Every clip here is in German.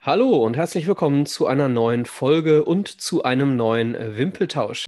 Hallo und herzlich willkommen zu einer neuen Folge und zu einem neuen Wimpeltausch.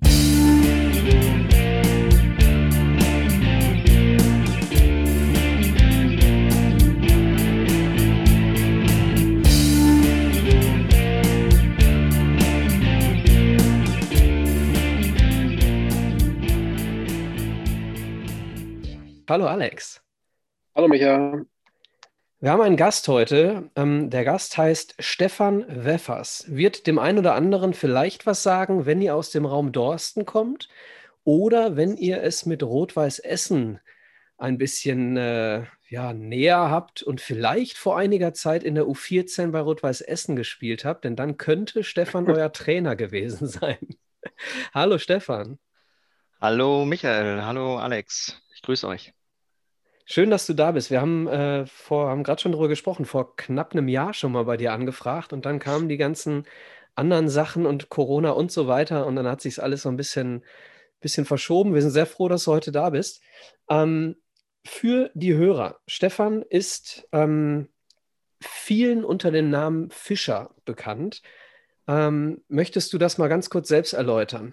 Hallo Alex. Hallo Micha. Wir haben einen Gast heute. Der Gast heißt Stefan Weffers. Wird dem einen oder anderen vielleicht was sagen, wenn ihr aus dem Raum Dorsten kommt oder wenn ihr es mit Rot-Weiß Essen ein bisschen ja, näher habt und vielleicht vor einiger Zeit in der U14 bei Rot-Weiß Essen gespielt habt, denn dann könnte Stefan euer Trainer gewesen sein. Hallo Stefan. Hallo Michael, hallo Alex, ich grüße euch. Schön, dass du da bist. Wir haben haben gerade schon darüber gesprochen, vor knapp einem Jahr schon mal bei dir angefragt und dann kamen die ganzen anderen Sachen und Corona und so weiter und dann hat sich alles so ein bisschen verschoben. Wir sind sehr froh, dass du heute da bist. Ähm, für die Hörer, Stefan ist vielen unter dem Namen Fischer bekannt. Möchtest du das mal ganz kurz selbst erläutern?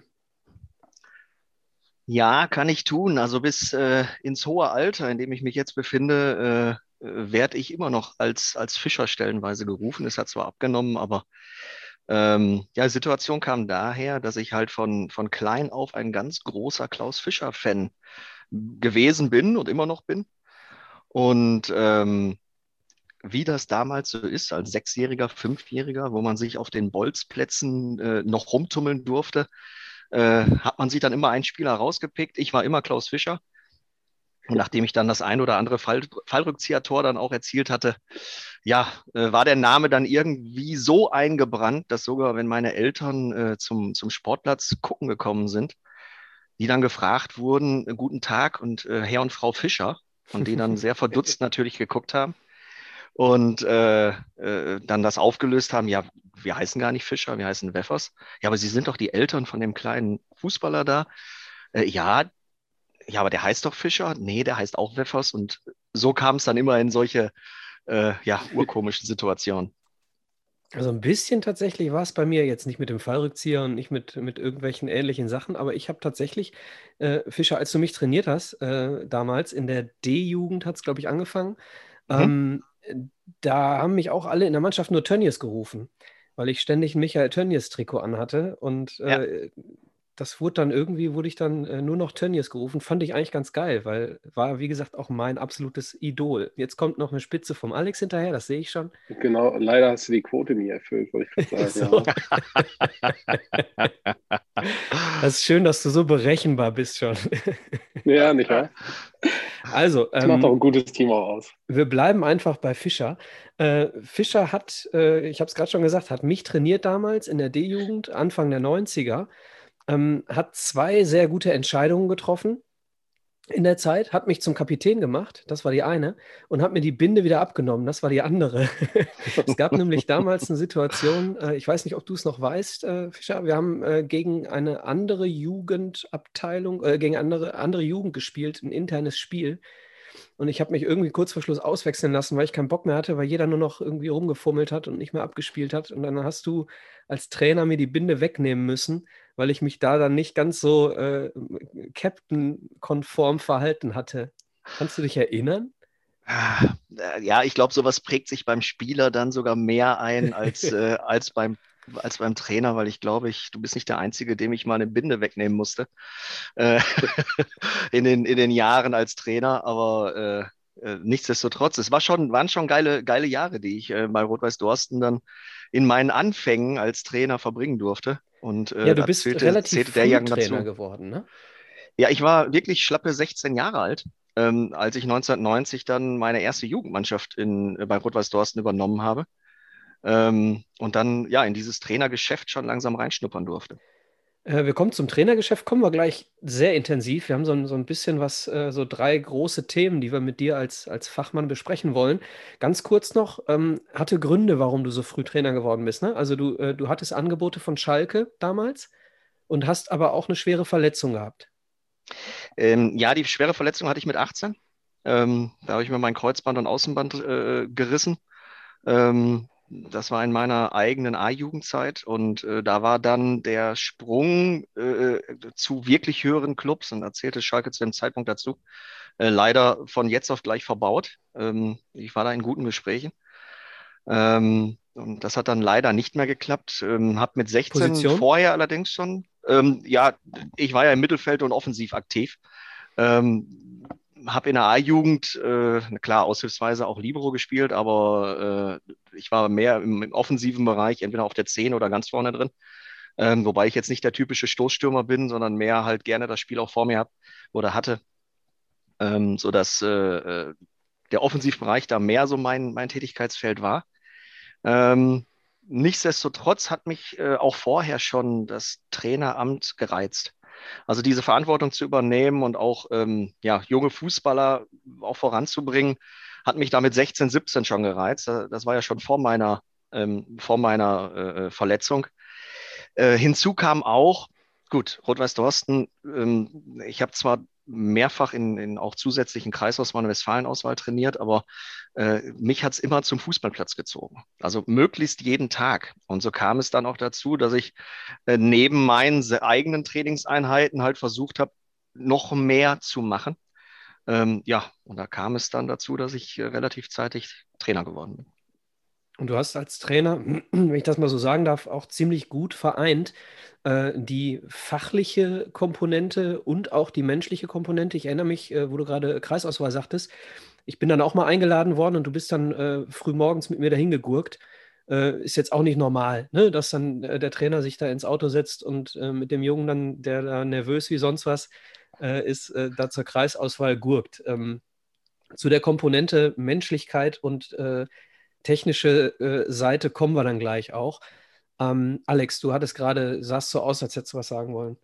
Ja, kann ich tun. Also bis ins hohe Alter, in dem ich mich jetzt befinde, werde ich immer noch als Fischer stellenweise gerufen. Es hat zwar abgenommen, aber ja, die Situation kam daher, dass ich halt von klein auf ein ganz großer Klaus Fischer-Fan gewesen bin und immer noch bin. Und wie das damals so ist, als Sechsjähriger, Fünfjähriger, wo man sich auf den Bolzplätzen noch rumtummeln durfte, hat man sich dann immer einen Spieler rausgepickt. Ich war immer Klaus Fischer. Und nachdem ich dann das ein oder andere Fallrückzieher-Tor dann auch erzielt hatte, ja, war der Name dann irgendwie so eingebrannt, dass sogar, wenn meine Eltern zum Sportplatz gucken gekommen sind, die dann gefragt wurden, guten Tag und Herr und Frau Fischer, und die dann sehr verdutzt natürlich geguckt haben und dann das aufgelöst haben, ja, wir heißen gar nicht Fischer, wir heißen Weffers. Ja, aber Sie sind doch die Eltern von dem kleinen Fußballer da. Ja, ja, aber der heißt doch Fischer. Nee, der heißt auch Weffers. Und so kam es dann immer in solche, ja, urkomischen Situationen. Also ein bisschen tatsächlich war es bei mir jetzt nicht mit dem Fallrückzieher und nicht mit irgendwelchen ähnlichen Sachen, aber ich habe tatsächlich, Fischer, als du mich trainiert hast, damals in der D-Jugend hat es, glaube ich, angefangen, Mhm. ähm, da haben mich auch alle in der Mannschaft nur Tönnies gerufen, weil ich ständig ein Michael Tönnies-Trikot anhatte und Ja. das wurde dann irgendwie, wurde ich dann nur noch Tönnies gerufen. Fand ich eigentlich ganz geil, weil war, wie gesagt, auch mein absolutes Idol. Jetzt kommt noch eine Spitze vom Alex hinterher, das sehe ich schon. Genau, leider hast du die Quote nie erfüllt, wollte ich gerade sagen, So. ja. Das ist schön, dass du so berechenbar bist schon. Ja, nicht wahr? Also, Das macht auch ein gutes Team auch aus. wir bleiben einfach bei Fischer. Fischer hat, ich habe es gerade schon gesagt, hat mich trainiert damals in der D-Jugend, Anfang der 90er, hat zwei sehr gute Entscheidungen getroffen in der Zeit, hat mich zum Kapitän gemacht, das war die eine, und hat mir die Binde wieder abgenommen, das war die andere. Es gab nämlich damals eine Situation, ich weiß nicht, ob du es noch weißt, Fischer, wir haben gegen eine andere Jugendabteilung, gegen andere Jugend gespielt, ein internes Spiel. Und ich habe mich irgendwie kurz vor Schluss auswechseln lassen, weil ich keinen Bock mehr hatte, weil jeder nur noch irgendwie rumgefummelt hat und nicht mehr abgespielt hat. Und dann hast du als Trainer mir die Binde wegnehmen müssen, weil ich mich da dann nicht ganz so Captain-konform verhalten hatte. Kannst du dich erinnern? Ja, ich glaube, sowas prägt sich beim Spieler dann sogar mehr ein als beim Trainer, weil ich glaube, du bist nicht der Einzige, dem ich mal eine Binde wegnehmen musste äh, in den Jahren als Trainer. Aber nichtsdestotrotz, waren schon geile Jahre, die ich bei Rot-Weiß Dorsten dann in meinen Anfängen als Trainer verbringen durfte. Und Ja, du da bist relativ zählte der früh Jahren Trainer dazu. geworden, ne? Ja, ich war wirklich schlappe 16 Jahre alt, als ich 1990 dann meine erste Jugendmannschaft bei Rot-Weiß Dorsten übernommen habe. Und dann ja in dieses Trainergeschäft schon langsam reinschnuppern durfte. Wir kommen zum Trainergeschäft, kommen wir gleich sehr intensiv. Wir haben so ein bisschen was, so drei große Themen, die wir mit dir als Fachmann besprechen wollen. Ganz kurz noch, hatte Gründe, warum du so früh Trainer geworden bist, ne? Also du hattest Angebote von Schalke damals und hast aber auch eine schwere Verletzung gehabt. Ja, die schwere Verletzung hatte ich mit 18. Da habe ich mir mein Kreuzband und Außenband gerissen. Das war in meiner eigenen A-Jugendzeit und da war dann der Sprung zu wirklich höheren Clubs, und da zählte Schalke zu dem Zeitpunkt dazu, leider von jetzt auf gleich verbaut. Ich war da in guten Gesprächen. Und das hat dann leider nicht mehr geklappt. Habe mit 16 Position? vorher allerdings schon, ja, ich war ja im Mittelfeld und offensiv aktiv. Habe in der A-Jugend, klar, aushilfsweise auch Libero gespielt, aber ich war mehr im offensiven Bereich, entweder auf der 10 oder ganz vorne drin. Wobei ich jetzt nicht der typische Stoßstürmer bin, sondern mehr halt gerne das Spiel auch vor mir hab oder hatte, sodass der Offensivbereich da mehr so mein Tätigkeitsfeld war. Ähm, Nichtsdestotrotz hat mich auch vorher schon das Traineramt gereizt. Also diese Verantwortung zu übernehmen und auch ja, junge Fußballer auch voranzubringen, hat mich damit 16, 17 schon gereizt. Das war ja schon vor meiner Verletzung. Hinzu kam auch, gut, Rot-Weiß Dorsten, ich habe zwar mehrfach in auch zusätzlichen Kreisauswahl und Westfalen-Auswahl trainiert, aber mich hat es immer zum Fußballplatz gezogen. Also möglichst jeden Tag. Und so kam es dann auch dazu, dass ich neben meinen eigenen Trainingseinheiten halt versucht habe, noch mehr zu machen. Ja, und da kam es dann dazu, dass ich relativ zeitig Trainer geworden bin. Und du hast als Trainer, wenn ich das mal so sagen darf, auch ziemlich gut vereint, die fachliche Komponente und auch die menschliche Komponente. Ich erinnere mich, wo du gerade Kreisauswahl sagtest, ich bin dann auch mal eingeladen worden und du bist dann früh morgens mit mir dahin gegurkt. Ist jetzt auch nicht normal, ne? Dass dann der Trainer sich da ins Auto setzt und mit dem Jungen dann, der da nervös wie sonst was ist, da zur Kreisauswahl gurkt. Zu der Komponente Menschlichkeit und technische Seite kommen wir dann gleich auch. Alex, du hattest gerade, sahst so aus, als hättest du was sagen wollen.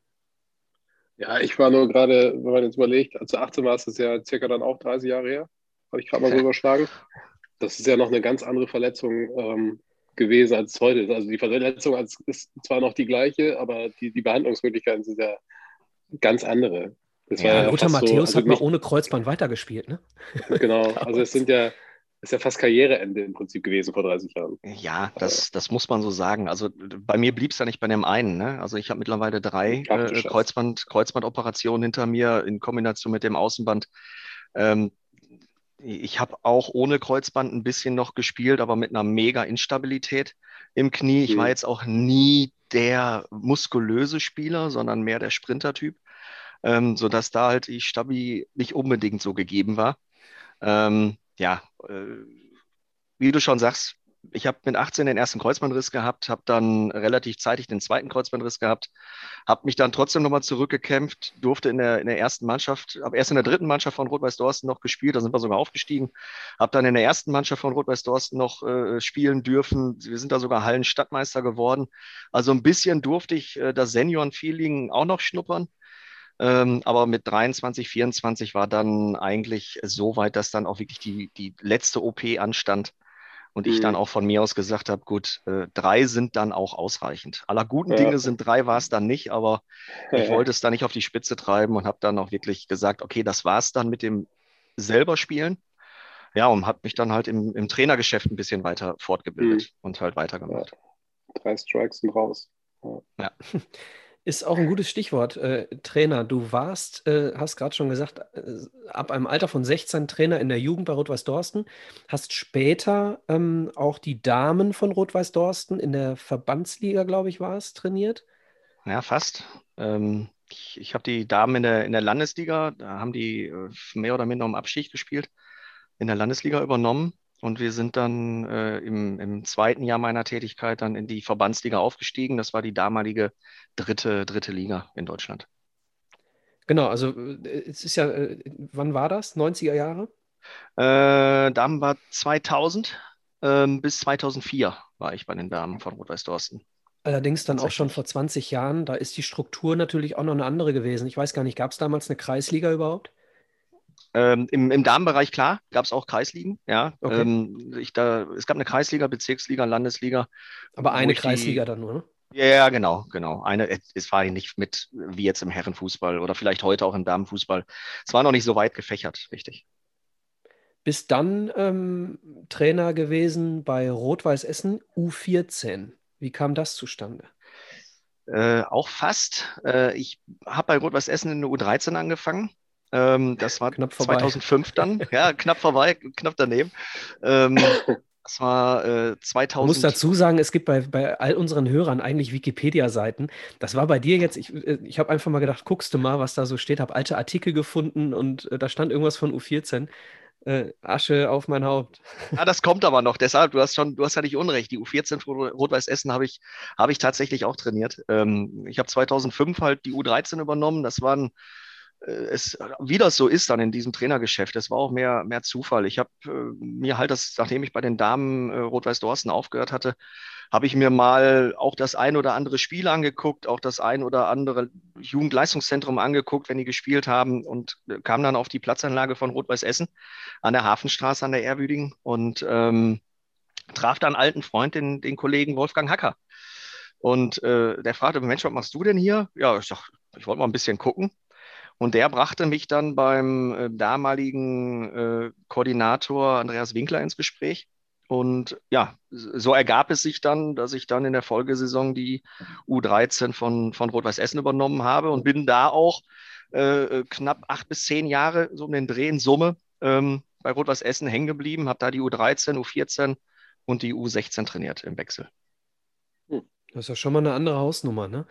Ja, ich war nur gerade, wenn man jetzt überlegt, als du 18 warst, ist ja circa dann auch 30 Jahre her, habe ich gerade mal so überschlagen. Das ist ja noch eine ganz andere Verletzung gewesen, als es heute ist. Also die Verletzung ist zwar noch die gleiche, aber die Behandlungsmöglichkeiten sind ja ganz andere. Das war Ja, Ja, ja Lothar fast so, Matthäus also hat mal nicht, ohne Kreuzband weitergespielt, ne? genau, also es Damals. ist ja fast Karriereende im Prinzip gewesen vor 30 Jahren. ja, Äh, das muss man so sagen. Also bei mir blieb es ja nicht bei dem einen. Ne? Also ich habe mittlerweile drei Ach du Scheiße. Kreuzbandoperationen hinter mir in Kombination mit dem Außenband. Ähm, Ich habe auch ohne Kreuzband ein bisschen noch gespielt, aber mit einer mega Instabilität im Knie. Ich war Hm. jetzt auch nie der muskulöse Spieler, sondern mehr der Sprintertyp, sodass da halt die Stabi nicht unbedingt so gegeben war. Ja, wie du schon sagst, ich habe mit 18 den ersten Kreuzbandriss gehabt, habe dann relativ zeitig den zweiten Kreuzbandriss gehabt, habe mich dann trotzdem nochmal zurückgekämpft, durfte in der ersten Mannschaft, habe erst in der dritten Mannschaft von Rot-Weiß Dorsten noch gespielt, da sind wir sogar aufgestiegen, habe dann in der ersten Mannschaft von Rot-Weiß Dorsten noch spielen dürfen. Wir sind da sogar Hallenstadtmeister geworden. Also ein bisschen durfte ich das Senioren-Feeling auch noch schnuppern. Aber mit 23, 24 war dann eigentlich so weit, dass dann auch wirklich die letzte OP anstand und ich dann Hm. auch von mir aus gesagt habe, gut, drei sind dann auch ausreichend. Aller guten Ja, Dinge sind drei, war es dann nicht, aber ich ja, wollte es da nicht auf die Spitze treiben und habe dann auch wirklich gesagt, okay, das war es dann mit dem selber Spielen. Ja, und habe mich dann halt im Trainergeschäft ein bisschen weiter hm. fortgebildet und halt Ja, weitergemacht. 3 Strikes sind raus. Ja. Ja. Ist auch ein gutes Stichwort, Trainer. Du warst, hast gerade schon gesagt, ab einem Alter von 16 Trainer in der Jugend bei Rot-Weiß Dorsten, hast später auch die Damen von Rot-Weiß Dorsten in der Verbandsliga, glaube ich, war es, trainiert. Ja, fast. Ich habe die Damen in der Landesliga, da haben die mehr oder minder um Abstieg gespielt, in der Landesliga übernommen. Und wir sind dann im zweiten Jahr meiner Tätigkeit dann in die Verbandsliga aufgestiegen. Das war die damalige dritte Liga in Deutschland. Genau, also es ist ja, wann war das? 90er Jahre? Damen war 2000 bis 2004 war ich bei den Damen von Rot-Weiß Dorsten. Allerdings dann auch schon vor Tatsächlich. 20 Jahren. Da ist die Struktur natürlich auch noch eine andere gewesen. Ich weiß gar nicht, gab es damals eine Kreisliga überhaupt? Im Damenbereich, klar, gab es auch Kreisligen, ja. Okay. Es gab eine Kreisliga, Bezirksliga, Landesliga, Aber wo eine ich Kreisliga die, dann nur, ne? ja, ja, genau. Es war nicht mit, wie jetzt im Herrenfußball oder vielleicht heute auch im Damenfußball. Es war noch nicht so weit gefächert, richtig. bist dann Trainer gewesen bei Rot-Weiß Essen U14. Wie kam das zustande? Auch fast. Ich habe bei Rot-Weiß Essen in der U13 angefangen. Das war Knapp vorbei. 2005 dann. Ja, knapp vorbei, knapp daneben. Das war Man muss 2000. dazu sagen, es gibt bei all unseren Hörern eigentlich Wikipedia-Seiten. Das war bei dir jetzt, ich habe einfach mal gedacht, guckst du mal, was da so steht, habe alte Artikel gefunden und da stand irgendwas von U14. Asche auf mein Haupt. Ja, das kommt aber noch. Deshalb, du hast ja nicht Unrecht. Die U14 von Rot-Weiß Essen habe ich tatsächlich auch trainiert. Ich habe 2005 halt die U13 übernommen. Das waren wie das so ist dann in diesem Trainergeschäft, das war auch mehr Zufall. Ich habe mir halt nachdem ich bei den Damen Rot-Weiß Dorsten aufgehört hatte, habe ich mir mal auch das ein oder andere Spiel angeguckt, auch das ein oder andere Jugendleistungszentrum angeguckt, wenn die gespielt haben und kam dann auf die Platzanlage von Rot-Weiß Essen an der Hafenstraße an der Ehrwürdigen und traf dann einen alten Freund, den Kollegen Wolfgang Hacker. Und der fragte, Mensch, was machst du denn hier? Ja, ich sag, ich wollte mal ein bisschen gucken. Und der brachte mich dann beim damaligen Koordinator Andreas Winkler ins Gespräch. Und ja, so ergab es sich dann, dass ich dann in der Folgesaison die U13 von Rot-Weiß Essen übernommen habe und bin da auch knapp 8 bis 10 Jahre so um den Dreh in Summe bei Rot-Weiß Essen hängen geblieben, habe da die U13, U14 und die U16 trainiert im Wechsel. Das ist ja schon mal eine andere Hausnummer, ne?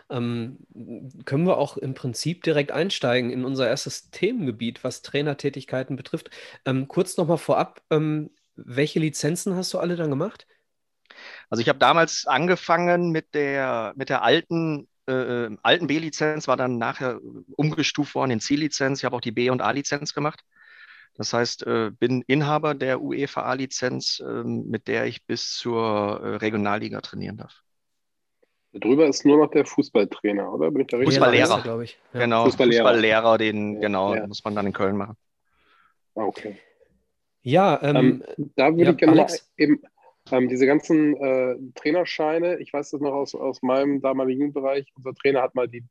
Können wir auch im Prinzip direkt einsteigen in unser erstes Themengebiet, was Trainertätigkeiten betrifft. Kurz nochmal vorab, welche Lizenzen hast du alle dann gemacht? Also ich habe damals angefangen mit der alten B-Lizenz, war dann nachher umgestuft worden in C-Lizenz. Ich habe auch die B- und A-Lizenz gemacht. Das heißt, bin Inhaber der UEFA A-Lizenz, mit der ich bis zur Regionalliga trainieren darf. Drüber ist nur noch der Fußballtrainer, oder? Bin ich da richtig? Lehrer heißt er, Fußballlehrer, glaube ich. Ja. genau, Fußballlehrer. Fußballlehrer, Ja, genau, ja. muss man dann in Köln machen. Ah, okay. Ja, Da würde ja, ich gerne noch Alex? eben diese ganzen Trainerscheine, ich weiß das noch aus meinem damaligen Jugendbereich, unser Trainer hat mal die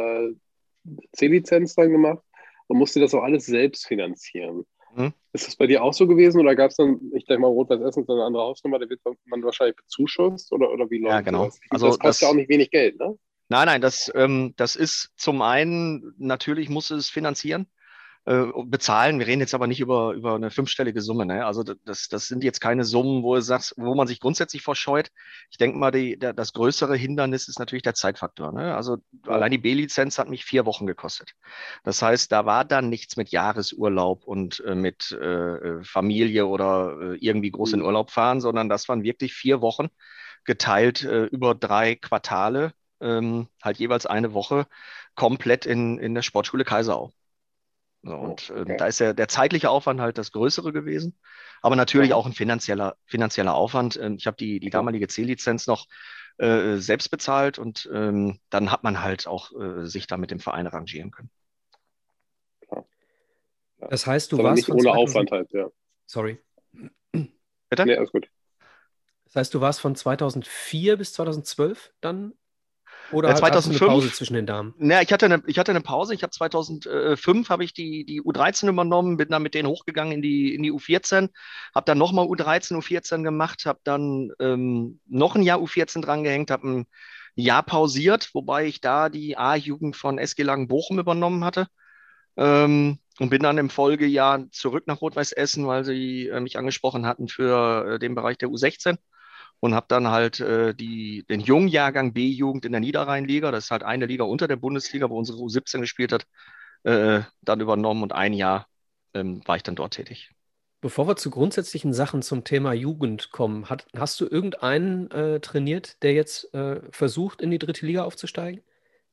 C-Lizenz dann gemacht und musste das auch alles selbst finanzieren. Mhm. Ist das bei dir auch so gewesen oder gab es dann, ich denke mal, Rot-Weiß Essen ist eine andere Hausnummer, da wird man wahrscheinlich bezuschusst oder wie Ja, läuft genau. sowas? Also Das kostet ja auch nicht wenig Geld, ne? nein, das ist zum einen, natürlich muss es finanzieren. Bezahlen. Wir reden jetzt aber nicht über eine fünfstellige Summe. Ne? Also das sind jetzt keine Summen, wo du sagst, wo man sich grundsätzlich vorscheut. Ich denke mal, das größere Hindernis ist natürlich der Zeitfaktor. Ne? Also Ja. allein die B-Lizenz hat mich 4 Wochen gekostet. Das heißt, da war dann nichts mit Jahresurlaub und mit Familie oder irgendwie groß in Urlaub fahren, sondern das waren wirklich 4 Wochen geteilt über 3 Quartale, halt jeweils eine Woche komplett in der Sportschule Kaiserau. So, Oh, und okay. da ist der zeitliche Aufwand halt das Größere gewesen, aber natürlich Aha. auch ein finanzieller Aufwand. Ich habe die damalige C-Lizenz noch selbst bezahlt und dann hat man halt auch sich da mit dem Verein arrangieren können. Klar. Ja. Das heißt, Ist du aber warst nicht von ohne 2000. Aufwand halt, ja. Sorry. Bitte? Nee, alles gut. Das heißt, du warst von 2004 bis 2012 dann? Oder hattest du eine Pause 2005, zwischen den Damen? ich hatte eine Pause. Ich habe 2005 habe ich die U13 übernommen, bin dann mit denen hochgegangen in die U14, habe dann nochmal U13, U14 gemacht, habe dann noch ein Jahr U14 drangehängt, habe ein Jahr pausiert, wobei ich da die A-Jugend von SG Langenbochum übernommen hatte. Und bin dann im Folgejahr zurück nach Rot-Weiß Essen, weil sie mich angesprochen hatten für den Bereich der U16 und habe dann halt den jungen Jahrgang B-Jugend in der Niederrheinliga, das ist halt eine Liga unter der Bundesliga, wo unsere U17 gespielt hat, dann übernommen und ein Jahr war ich dann dort tätig. Bevor wir zu grundsätzlichen Sachen zum Thema Jugend kommen, hast du irgendeinen trainiert, der jetzt versucht, in die dritte Liga aufzusteigen?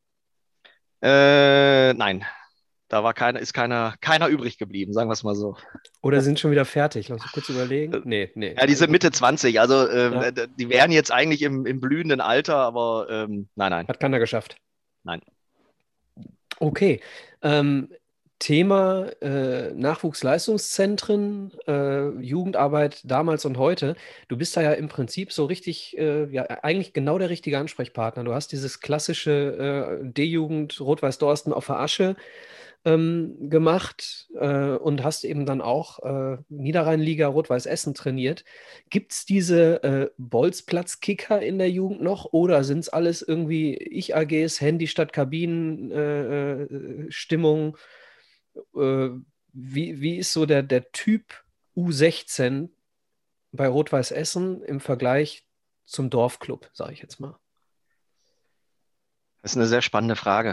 Nein, da ist keiner übrig geblieben, sagen wir es mal so. Oder sind schon wieder fertig? Lass mich kurz überlegen. Nee, nee. Ja, die sind Mitte 20, also Ja, die wären jetzt eigentlich im blühenden Alter, aber nein, hat keiner geschafft. nein. Okay. Thema Nachwuchsleistungszentren, Jugendarbeit damals und heute. Du bist da ja im Prinzip so richtig, ja, eigentlich genau der richtige Ansprechpartner. Du hast dieses klassische D-Jugend Rot-Weiß Dorsten auf der Asche. gemacht und hast eben dann auch Niederrheinliga Rot-Weiß Essen trainiert. Gibt es diese Bolzplatz-Kicker in der Jugend noch oder sind es alles irgendwie Ich-AGs, Handy statt Kabinen, Stimmung? Äh, wie ist so der Typ U16 bei Rot-Weiß Essen im Vergleich zum Dorfclub, sage ich jetzt mal? Das ist eine sehr spannende Frage.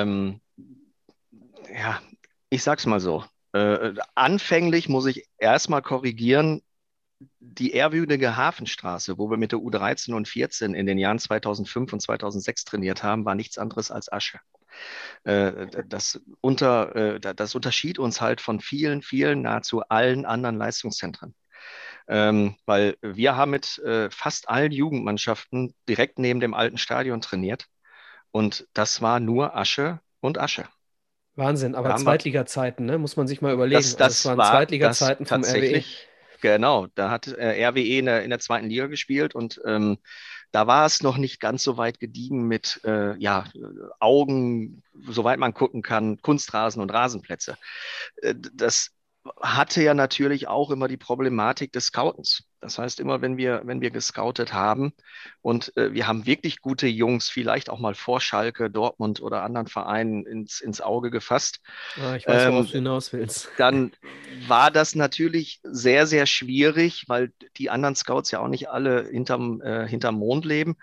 Ja, ich sag's mal so. Anfänglich muss ich erstmal korrigieren, die ehrwürdige Hafenstraße, wo wir mit der U13 und 14 in den Jahren 2005 und 2006 trainiert haben, war nichts anderes als Asche. Das unterschied uns halt von vielen, vielen, nahezu allen anderen Leistungszentren. Weil wir haben mit fast allen Jugendmannschaften direkt neben dem alten Stadion trainiert und das war nur Asche und Asche. Wahnsinn, Da aber haben wir Zweitliga-Zeiten, ne? Muss man sich mal überlegen. Also es Das waren war das Zweitliga-Zeiten vom RWE. tatsächlich, genau. Da hat RWE in der zweiten Liga gespielt und da war es noch nicht ganz so weit gediegen mit Augen, soweit man gucken kann, Kunstrasen und Rasenplätze. Das hatte ja natürlich auch immer die Problematik des Scoutens. Das heißt, immer wenn wir gescoutet haben und wir haben wirklich gute Jungs, vielleicht auch mal vor Schalke, Dortmund oder anderen Vereinen ins Auge gefasst, Ah, ich weiß, worauf ähm, du hinaus willst. dann war das natürlich sehr, sehr schwierig, weil die anderen Scouts ja auch nicht alle hinterm Mond leben.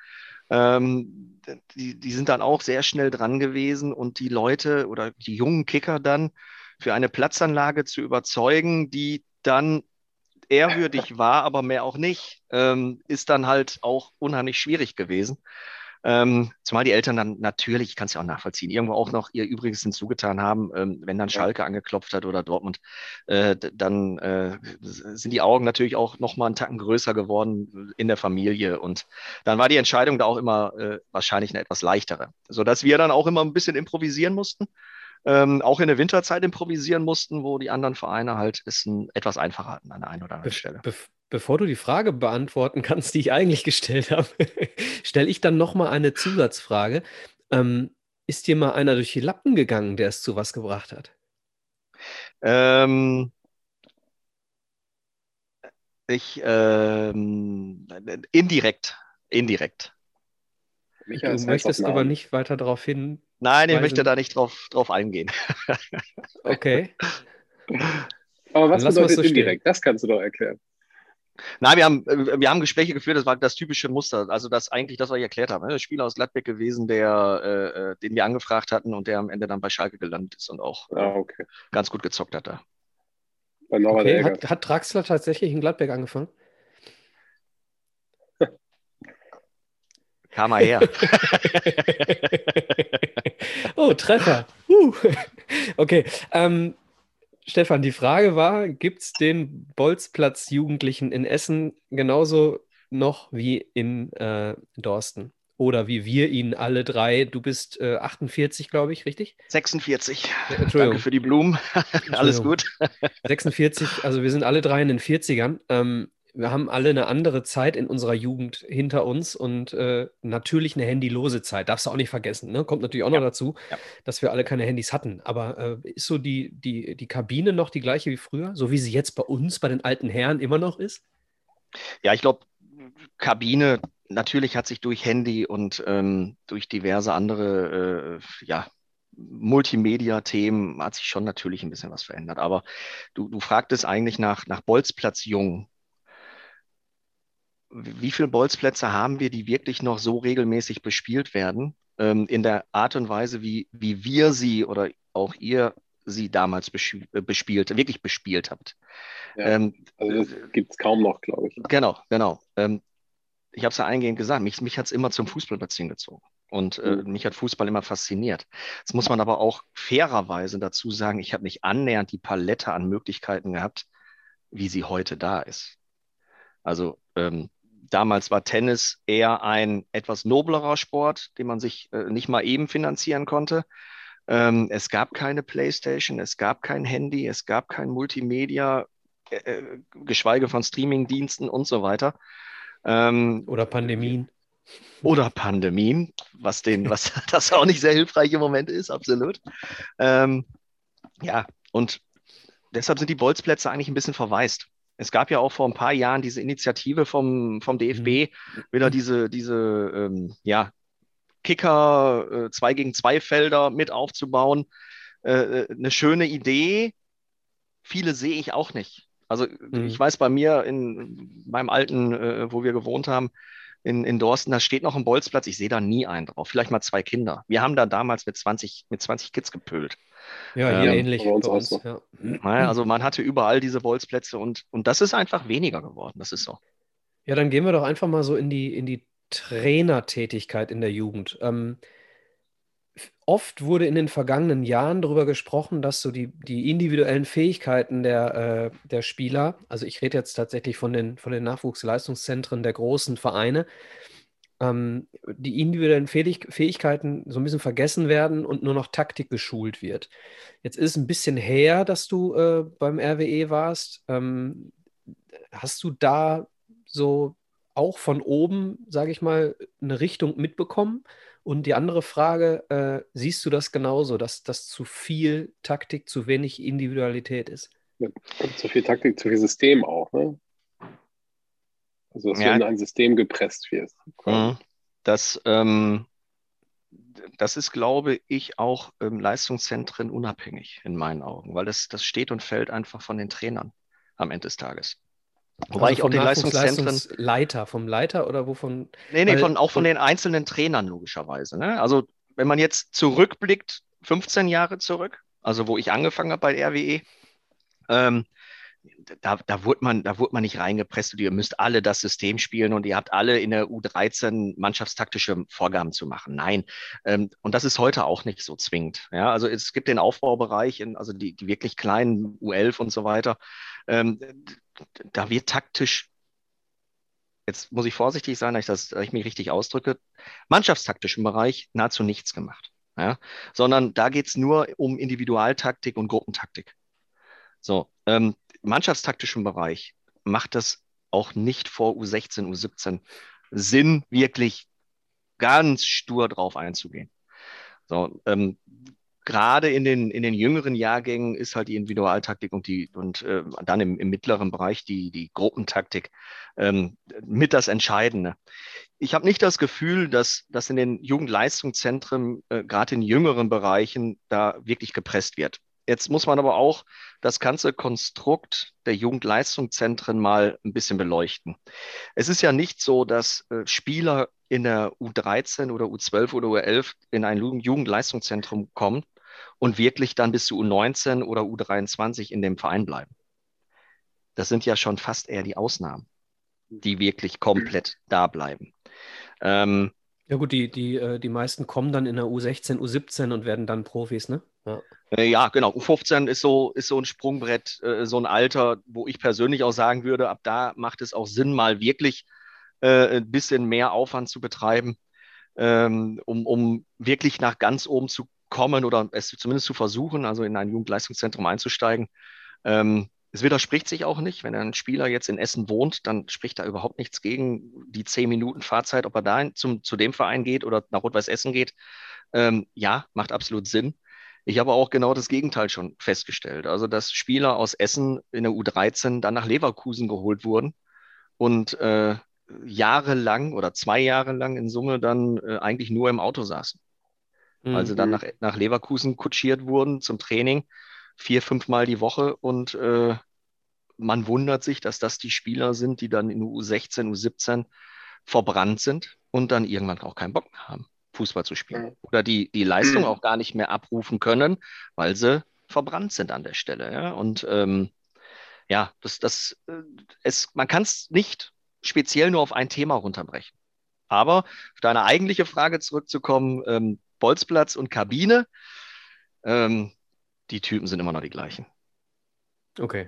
Die sind dann auch sehr schnell dran gewesen und die Leute oder die jungen Kicker dann für eine Platzanlage zu überzeugen, die dann ehrwürdig war, aber mehr auch nicht, ist dann halt auch unheimlich schwierig gewesen. Zumal die Eltern dann natürlich, ich kann es ja auch nachvollziehen, irgendwo auch noch ihr Übriges hinzugetan haben, wenn dann Ja. Schalke angeklopft hat oder Dortmund, dann sind die Augen natürlich auch noch mal einen Tacken größer geworden in der Familie und dann war die Entscheidung da auch immer wahrscheinlich eine etwas leichtere, sodass wir dann auch immer ein bisschen improvisieren mussten, auch in der Winterzeit improvisieren mussten, wo die anderen Vereine halt etwas einfacher hatten an der einen oder anderen Stelle. Bevor du die Frage beantworten kannst, die ich eigentlich gestellt habe, stelle ich dann noch mal eine Zusatzfrage. Ist dir mal einer durch die Lappen gegangen, der es zu was gebracht hat? Ähm, indirekt, indirekt. Micha Du ist heiß auf möchtest aber Namen. nicht weiter darauf Nein, ich möchte hinweisen. da nicht drauf eingehen. Okay, Aber dann was lassen wir es bedeutet so stehen. indirekt? Das kannst du doch erklären. Nein, wir haben Gespräche geführt, das war das typische Muster. Also das eigentlich, das, was ich erklärt habe. Ne? Der Spieler aus Gladbeck gewesen, den wir angefragt hatten und der am Ende dann bei Schalke gelandet ist und auch Ah, okay. ganz gut gezockt hat da. Bei Norbert Okay, Elgert. hat Draxler tatsächlich in Gladbeck angefangen? Kam er her. Oh, Treffer. Okay, Stefan, die Frage war, gibt es den Bolzplatz-Jugendlichen in Essen genauso noch wie in Dorsten? Oder wie wir ihn alle drei, du bist 48, glaube ich, richtig? 46. Danke Entschuldigung, für die Blumen. Alles Entschuldigung. gut. 46, also wir sind alle drei in den 40ern. Wir haben alle eine andere Zeit in unserer Jugend hinter uns und natürlich eine handylose Zeit. Darfst du auch nicht vergessen. Ne? Kommt natürlich auch noch Ja, dazu, ja. dass wir alle keine Handys hatten. Aber ist so die Kabine noch die gleiche wie früher? So wie sie jetzt bei uns, bei den alten Herren immer noch ist? Ja, ich glaube, Kabine natürlich hat sich durch Handy und durch diverse andere Multimedia-Themen hat sich schon natürlich ein bisschen was verändert. Aber du fragtest eigentlich nach Bolzplatz jung. Wie viele Bolzplätze haben wir, die wirklich noch so regelmäßig bespielt werden, in der Art und Weise, wie wir sie oder auch ihr sie damals wirklich bespielt habt? Ja. Ähm, Also das gibt es kaum noch, glaube ich. genau. Ich habe es ja eingehend gesagt, mich hat es immer zum Fußballplatz hingezogen. Und mich hat Fußball immer fasziniert. Jetzt muss man aber auch fairerweise dazu sagen, ich habe nicht annähernd die Palette an Möglichkeiten gehabt, wie sie heute da ist. Also damals war Tennis eher ein etwas noblerer Sport, den man sich nicht mal eben finanzieren konnte. Es gab keine PlayStation, es gab kein Handy, es gab kein Multimedia, geschweige von Streamingdiensten und so weiter. Oder Pandemien? Oder Pandemien, was das auch nicht sehr hilfreich im Moment ist, absolut. Ähm, Ja, und deshalb sind die Bolzplätze eigentlich ein bisschen verwaist. Es gab ja auch vor ein paar Jahren diese Initiative vom Mhm. DFB, wieder ja, Kicker, 2 gegen 2 Felder mit aufzubauen. Eine schöne Idee. Viele sehe ich auch nicht. Also ich Mhm. weiß bei mir in meinem alten, wo wir gewohnt haben, in Dorsten, da steht noch ein Bolzplatz. Ich sehe da nie einen drauf. Vielleicht mal 2 Kinder. Wir haben da damals mit 20 Kids gepölt. Ja, hier Ja, Ähm, bei ähnlich bei uns auch uns, so. ja. naja, also man hatte überall diese Bolzplätze und das ist einfach weniger geworden. Das ist so. Ja, dann gehen wir doch einfach mal so in die Trainertätigkeit in der Jugend. Oft wurde in den vergangenen Jahren darüber gesprochen, dass so die individuellen Fähigkeiten der Spieler, also ich rede jetzt tatsächlich von den Nachwuchsleistungszentren der großen Vereine, die individuellen Fähigkeiten so ein bisschen vergessen werden und nur noch Taktik geschult wird. Jetzt ist es ein bisschen her, dass du beim RWE warst. Hast du da so auch von oben, sage ich mal, eine Richtung mitbekommen? Und die andere Frage, siehst du das genauso, dass das zu viel Taktik, zu wenig Individualität ist? Und zu viel Taktik, zu viel System auch, ne? Also, dass du Ja, in ein System gepresst wirst, quasi. mh, das, das ist, glaube ich, auch Leistungszentren unabhängig in meinen Augen, weil das steht und fällt einfach von den Trainern am Ende des Tages. Wobei Also ich auch vom den Leistungszentren, Nachwuchsleiter, vom Leiter oder wovon? nee, Weil, auch von den einzelnen Trainern logischerweise. Ne? Also wenn man jetzt zurückblickt, 15 Jahre zurück, also wo ich angefangen habe bei RWE, ähm, da wurde man nicht reingepresst und ihr müsst alle das System spielen und ihr habt alle in der U13 mannschaftstaktische Vorgaben zu machen. Nein. Und das ist heute auch nicht so zwingend. Ja, also es gibt den Aufbaubereich, also die wirklich kleinen U11 und so weiter. Ähm, Da wird taktisch, jetzt muss ich vorsichtig sein, dass ich mich richtig ausdrücke, mannschaftstaktischen Bereich nahezu nichts gemacht. Ja, sondern da geht es nur um Individualtaktik und Gruppentaktik. So, mannschaftstaktischen Bereich macht es auch nicht vor U16, U17 Sinn, wirklich ganz stur drauf einzugehen. So, gerade in den jüngeren Jahrgängen ist halt die Individualtaktik und dann im mittleren Bereich die Gruppentaktik mit das Entscheidende. Ich habe nicht das Gefühl, dass in den Jugendleistungszentren, gerade in jüngeren Bereichen, da wirklich gepresst wird. Jetzt muss man aber auch das ganze Konstrukt der Jugendleistungszentren mal ein bisschen beleuchten. Es ist ja nicht so, dass Spieler in der U13 oder U12 oder U11 in ein Jugendleistungszentrum kommen und wirklich dann bis zu U19 oder U23 in dem Verein bleiben. Das sind ja schon fast eher die Ausnahmen, die wirklich komplett da bleiben. Ähm, ja gut, die meisten kommen dann in der U16, U17 und werden dann Profis, ne? Ja. ja, genau. U15 ist so ein Sprungbrett, so ein Alter, wo ich persönlich auch sagen würde, ab da macht es auch Sinn, mal wirklich ein bisschen mehr Aufwand zu betreiben, um wirklich nach ganz oben zu kommen oder es zumindest zu versuchen, also in ein Jugendleistungszentrum einzusteigen. Es widerspricht sich auch nicht. Wenn ein Spieler jetzt in Essen wohnt, dann spricht da überhaupt nichts gegen die 10 Minuten Fahrzeit, ob er da zu dem Verein geht oder nach Rot-Weiß Essen geht. Ja, macht absolut Sinn. Ich habe auch genau das Gegenteil schon festgestellt. Also, dass Spieler aus Essen in der U13 dann nach Leverkusen geholt wurden und jahrelang oder 2 Jahre lang in Summe dann eigentlich nur im Auto saßen, weil Mhm. sie dann nach Leverkusen kutschiert wurden zum Training, 4, 5 Mal die Woche und man wundert sich, dass das die Spieler sind, die dann in U16, U17 verbrannt sind und dann irgendwann auch keinen Bock mehr haben, Fußball zu spielen. Ja. Oder die Leistung auch gar nicht mehr abrufen können, weil sie verbrannt sind an der Stelle. Ja? Und ja, man kann es nicht speziell nur auf ein Thema runterbrechen. Aber auf deine eigentliche Frage zurückzukommen, Bolzplatz und Kabine, ähm, die Typen sind immer noch die gleichen. Okay.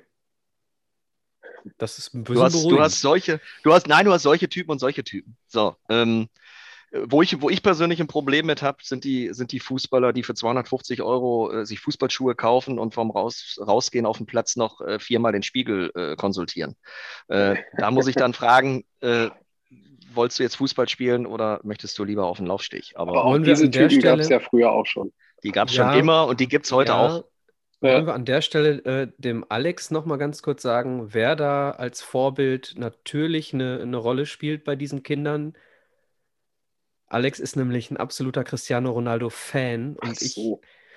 Das ist ein Du bisschen hast, du hast beruhigend. solche, du hast solche Typen und solche Typen. So, wo ich persönlich ein Problem mit habe, sind die Fußballer, die für 250 Euro sich Fußballschuhe kaufen und vom Rausgehen auf dem Platz noch 4-mal den Spiegel konsultieren. Da muss ich dann fragen, wolltest du jetzt Fußball spielen oder möchtest du lieber auf den Laufsteg? Aber Aber auch Wollen wir diese an der Typen gab es Stelle, ja früher auch schon. die gab es schon ja, immer und die gibt es heute ja, auch. wollen wir an der Stelle dem Alex nochmal ganz kurz sagen, wer da als Vorbild natürlich eine Rolle spielt bei diesen Kindern. Alex ist nämlich ein absoluter Cristiano Ronaldo-Fan Ach und so.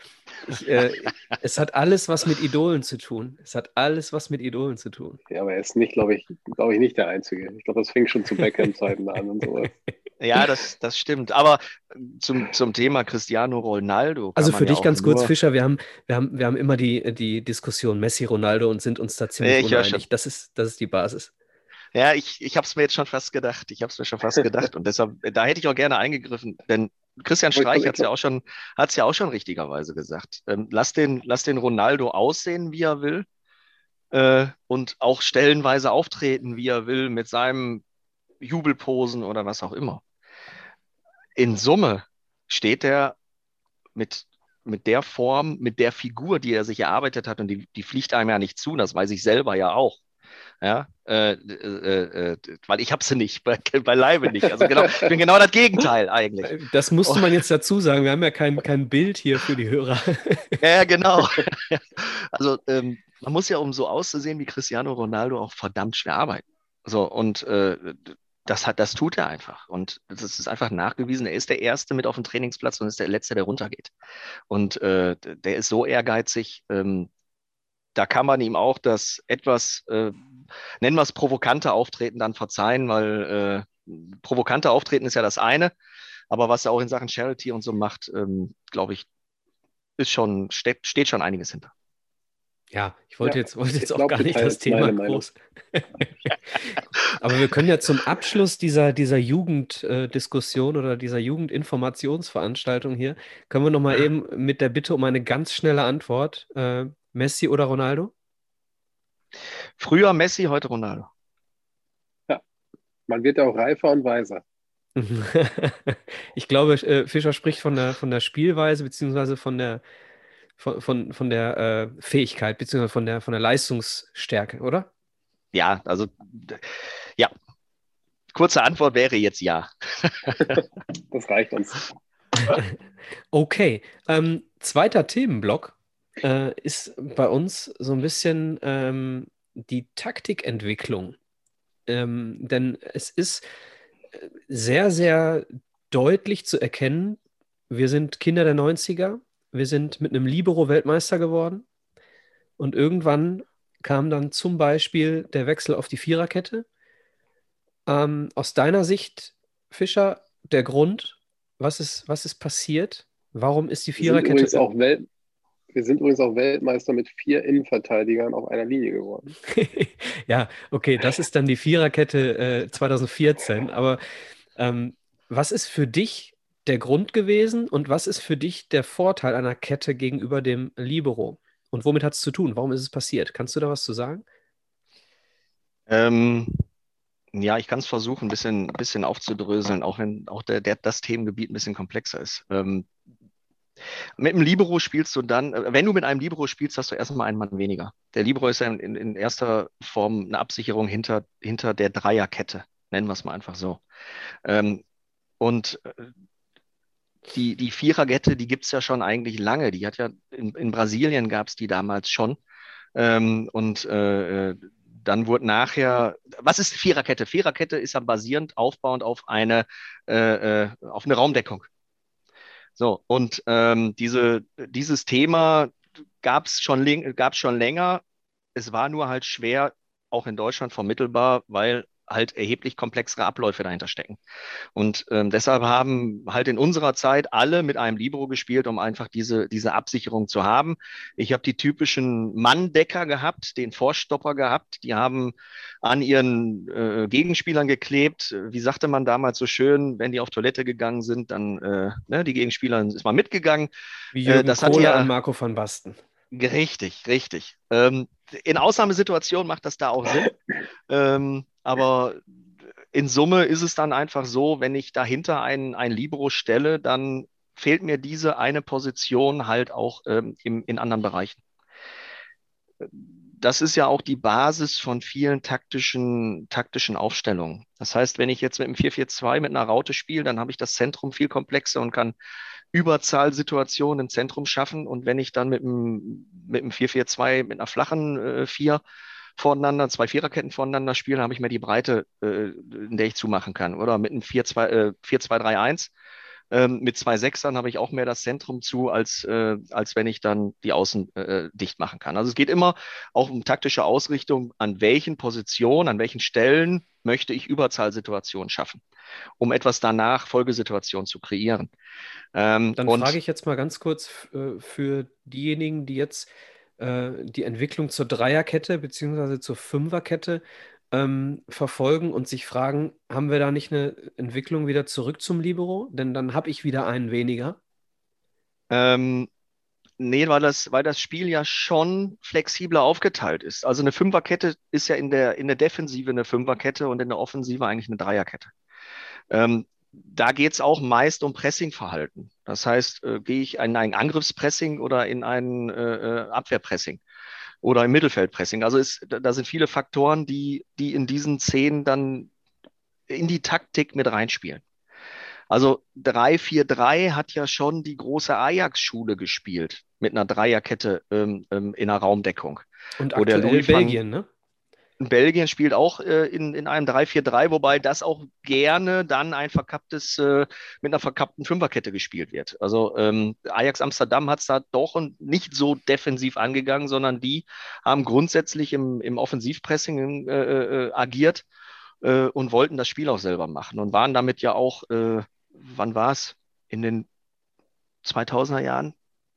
es hat alles was mit Idolen zu tun. Es hat alles was mit Idolen zu tun. Ja, aber er ist nicht, glaube ich, nicht der Einzige. Ich glaube, das fing schon zu Beckham-Zeiten an und sowas. Ja, das stimmt. Aber zum Thema Cristiano Ronaldo Also kann man für ja dich auch ganz kurz, nur. Fischer, wir haben immer die Diskussion Messi, Ronaldo und sind uns da ziemlich Ich höre schon. uneinig. Das ist die Basis. Ja, ich habe es mir jetzt schon fast gedacht. Ich habe es mir schon fast gedacht. Und deshalb, da hätte ich auch gerne eingegriffen. Denn Christian Aber Streich ich glaub, hat es ja auch schon richtigerweise gesagt. Lass den Ronaldo aussehen, wie er will. Und auch stellenweise auftreten, wie er will, mit seinem Jubelposen oder was auch immer. In Summe steht er mit, mit der Form, mit der Figur, die er sich erarbeitet hat, und die fliegt einem ja nicht zu, das weiß ich selber ja auch. Ja, weil ich habe sie nicht, beileibe nicht. Also genau, ich bin genau das Gegenteil eigentlich. Das Oh, musste man jetzt dazu sagen. Wir haben ja kein Bild hier für die Hörer. ja, genau. Also man muss ja, um so auszusehen wie Cristiano Ronaldo, auch verdammt schwer arbeiten. So, und das tut er einfach. Und das ist einfach nachgewiesen. Er ist der Erste mit auf dem Trainingsplatz und ist der Letzte, der runtergeht. Und der ist so ehrgeizig. Da kann man ihm auch das etwas, nennen wir es provokante Auftreten dann verzeihen, weil provokante Auftreten ist ja das eine, aber was er auch in Sachen Charity und so macht, glaube ich, steht schon einiges hinter. Ja, ich ja, wollte jetzt ich auch glaube, gar du nicht das teilst Thema meine Meinung. groß. Aber wir können ja zum Abschluss dieser Jugenddiskussion oder dieser Jugendinformationsveranstaltung hier, können wir nochmal eben mit der Bitte um eine ganz schnelle Antwort. Messi oder Ronaldo? Früher Messi, heute Ronaldo. Ja, man wird ja auch reifer und weiser. Ich glaube, Fischer spricht von der Spielweise beziehungsweise von der Fähigkeit beziehungsweise von der Leistungsstärke, oder? Ja, also ja, kurze Antwort wäre jetzt ja. Das reicht uns. Okay, zweiter Themenblock ist bei uns so ein bisschen die Taktikentwicklung. Denn es ist sehr, sehr deutlich zu erkennen, wir sind Kinder der 90er, wir sind mit einem Libero Weltmeister geworden und irgendwann kam dann zum Beispiel der Wechsel auf die Viererkette. Aus deiner Sicht, Fischer, der Grund, was ist passiert? Warum ist die Wir sind Viererkette? übrigens auch wir sind übrigens auch Weltmeister mit 4 Innenverteidigern auf einer Linie geworden. Ja, okay, das ist dann die Viererkette 2014. Aber ähm, was ist für dich der Grund gewesen und was ist für dich der Vorteil einer Kette gegenüber dem Libero? Und womit hat es zu tun? Warum ist es passiert? Kannst du da was zu sagen? Ähm, ja, ich kann es versuchen, ein bisschen aufzudröseln, auch wenn auch das Themengebiet ein bisschen komplexer ist. Mit einem Libero spielst du dann, wenn du mit einem Libero spielst, hast du erstmal einen Mann weniger. Der Libero ist ja in erster Form eine Absicherung hinter der Dreierkette, nennen wir es mal einfach so. Ähm, und die Viererkette, die gibt es ja schon eigentlich lange. Die hat ja in Brasilien gab es die damals schon. Und dann wurde nachher, was ist Viererkette? Viererkette ist ja basierend, aufbauend auf eine Raumdeckung. So, und dieses Thema gab es schon länger. Es war nur halt schwer, auch in Deutschland vermittelbar, weil halt erheblich komplexere Abläufe dahinter stecken. Und deshalb haben halt in unserer Zeit alle mit einem Libero gespielt, um einfach diese Absicherung zu haben. Ich habe die typischen Manndecker gehabt, den Vorstopper gehabt, die haben an ihren Gegenspielern geklebt. Wie sagte man damals so schön, wenn die auf Toilette gegangen sind, dann ne, die Gegenspieler ist mal mitgegangen. Wie Jürgen Das hatte Kohler an ja Marco van Basten. richtig, richtig. In Ausnahmesituationen macht das da auch Sinn. Aber in Summe ist es dann einfach so, wenn ich dahinter ein Libero stelle, dann fehlt mir diese eine Position halt auch in anderen Bereichen. das ist ja auch die Basis von vielen taktischen Aufstellungen. Das heißt, wenn ich jetzt mit einem 4-4-2 mit einer Raute spiele, dann habe ich das Zentrum viel komplexer und kann Überzahlsituationen im Zentrum schaffen. Und wenn ich dann mit einem 4-4-2 mit einer flachen 4 voneinander, zwei Viererketten voneinander spiele, habe ich mehr die Breite, in der ich zumachen kann. Oder mit einem 4-2-3-1 mit zwei Sechsern habe ich auch mehr das Zentrum zu, als wenn ich dann die Außen dicht machen kann. Also es geht immer auch um taktische Ausrichtung, an welchen Positionen, an welchen Stellen möchte ich Überzahlsituationen schaffen, um etwas danach Folgesituationen zu kreieren. Dann frage ich jetzt mal ganz kurz für diejenigen, die jetzt die Entwicklung zur Dreierkette beziehungsweise zur Fünferkette verfolgen und sich fragen, haben wir da nicht eine Entwicklung wieder zurück zum Libero? Denn dann habe ich wieder einen weniger. ähm, Nee, weil das Spiel ja schon flexibler aufgeteilt ist. Also eine Fünferkette ist ja in der Defensive eine Fünferkette und in der Offensive eigentlich eine Dreierkette. Da geht es auch meist um Pressingverhalten. Das heißt, gehe ich in ein Angriffspressing oder in ein Abwehrpressing oder im Mittelfeldpressing. Also da sind viele Faktoren, die in diesen Szenen dann in die Taktik mit reinspielen. Also 3-4-3 hat ja schon die große Ajax-Schule gespielt mit einer Dreierkette in einer Raumdeckung, Und wo der aktuell Louis van Belgien, ne? Belgien spielt auch in einem 3-4-3, wobei das auch gerne dann mit einer verkappten Fünferkette gespielt wird. Also Ajax Amsterdam hat es da doch und nicht so defensiv angegangen, sondern die haben grundsätzlich im Offensivpressing agiert und wollten das Spiel auch selber machen und waren damit ja auch, wann war es? In den 2000er Jahren?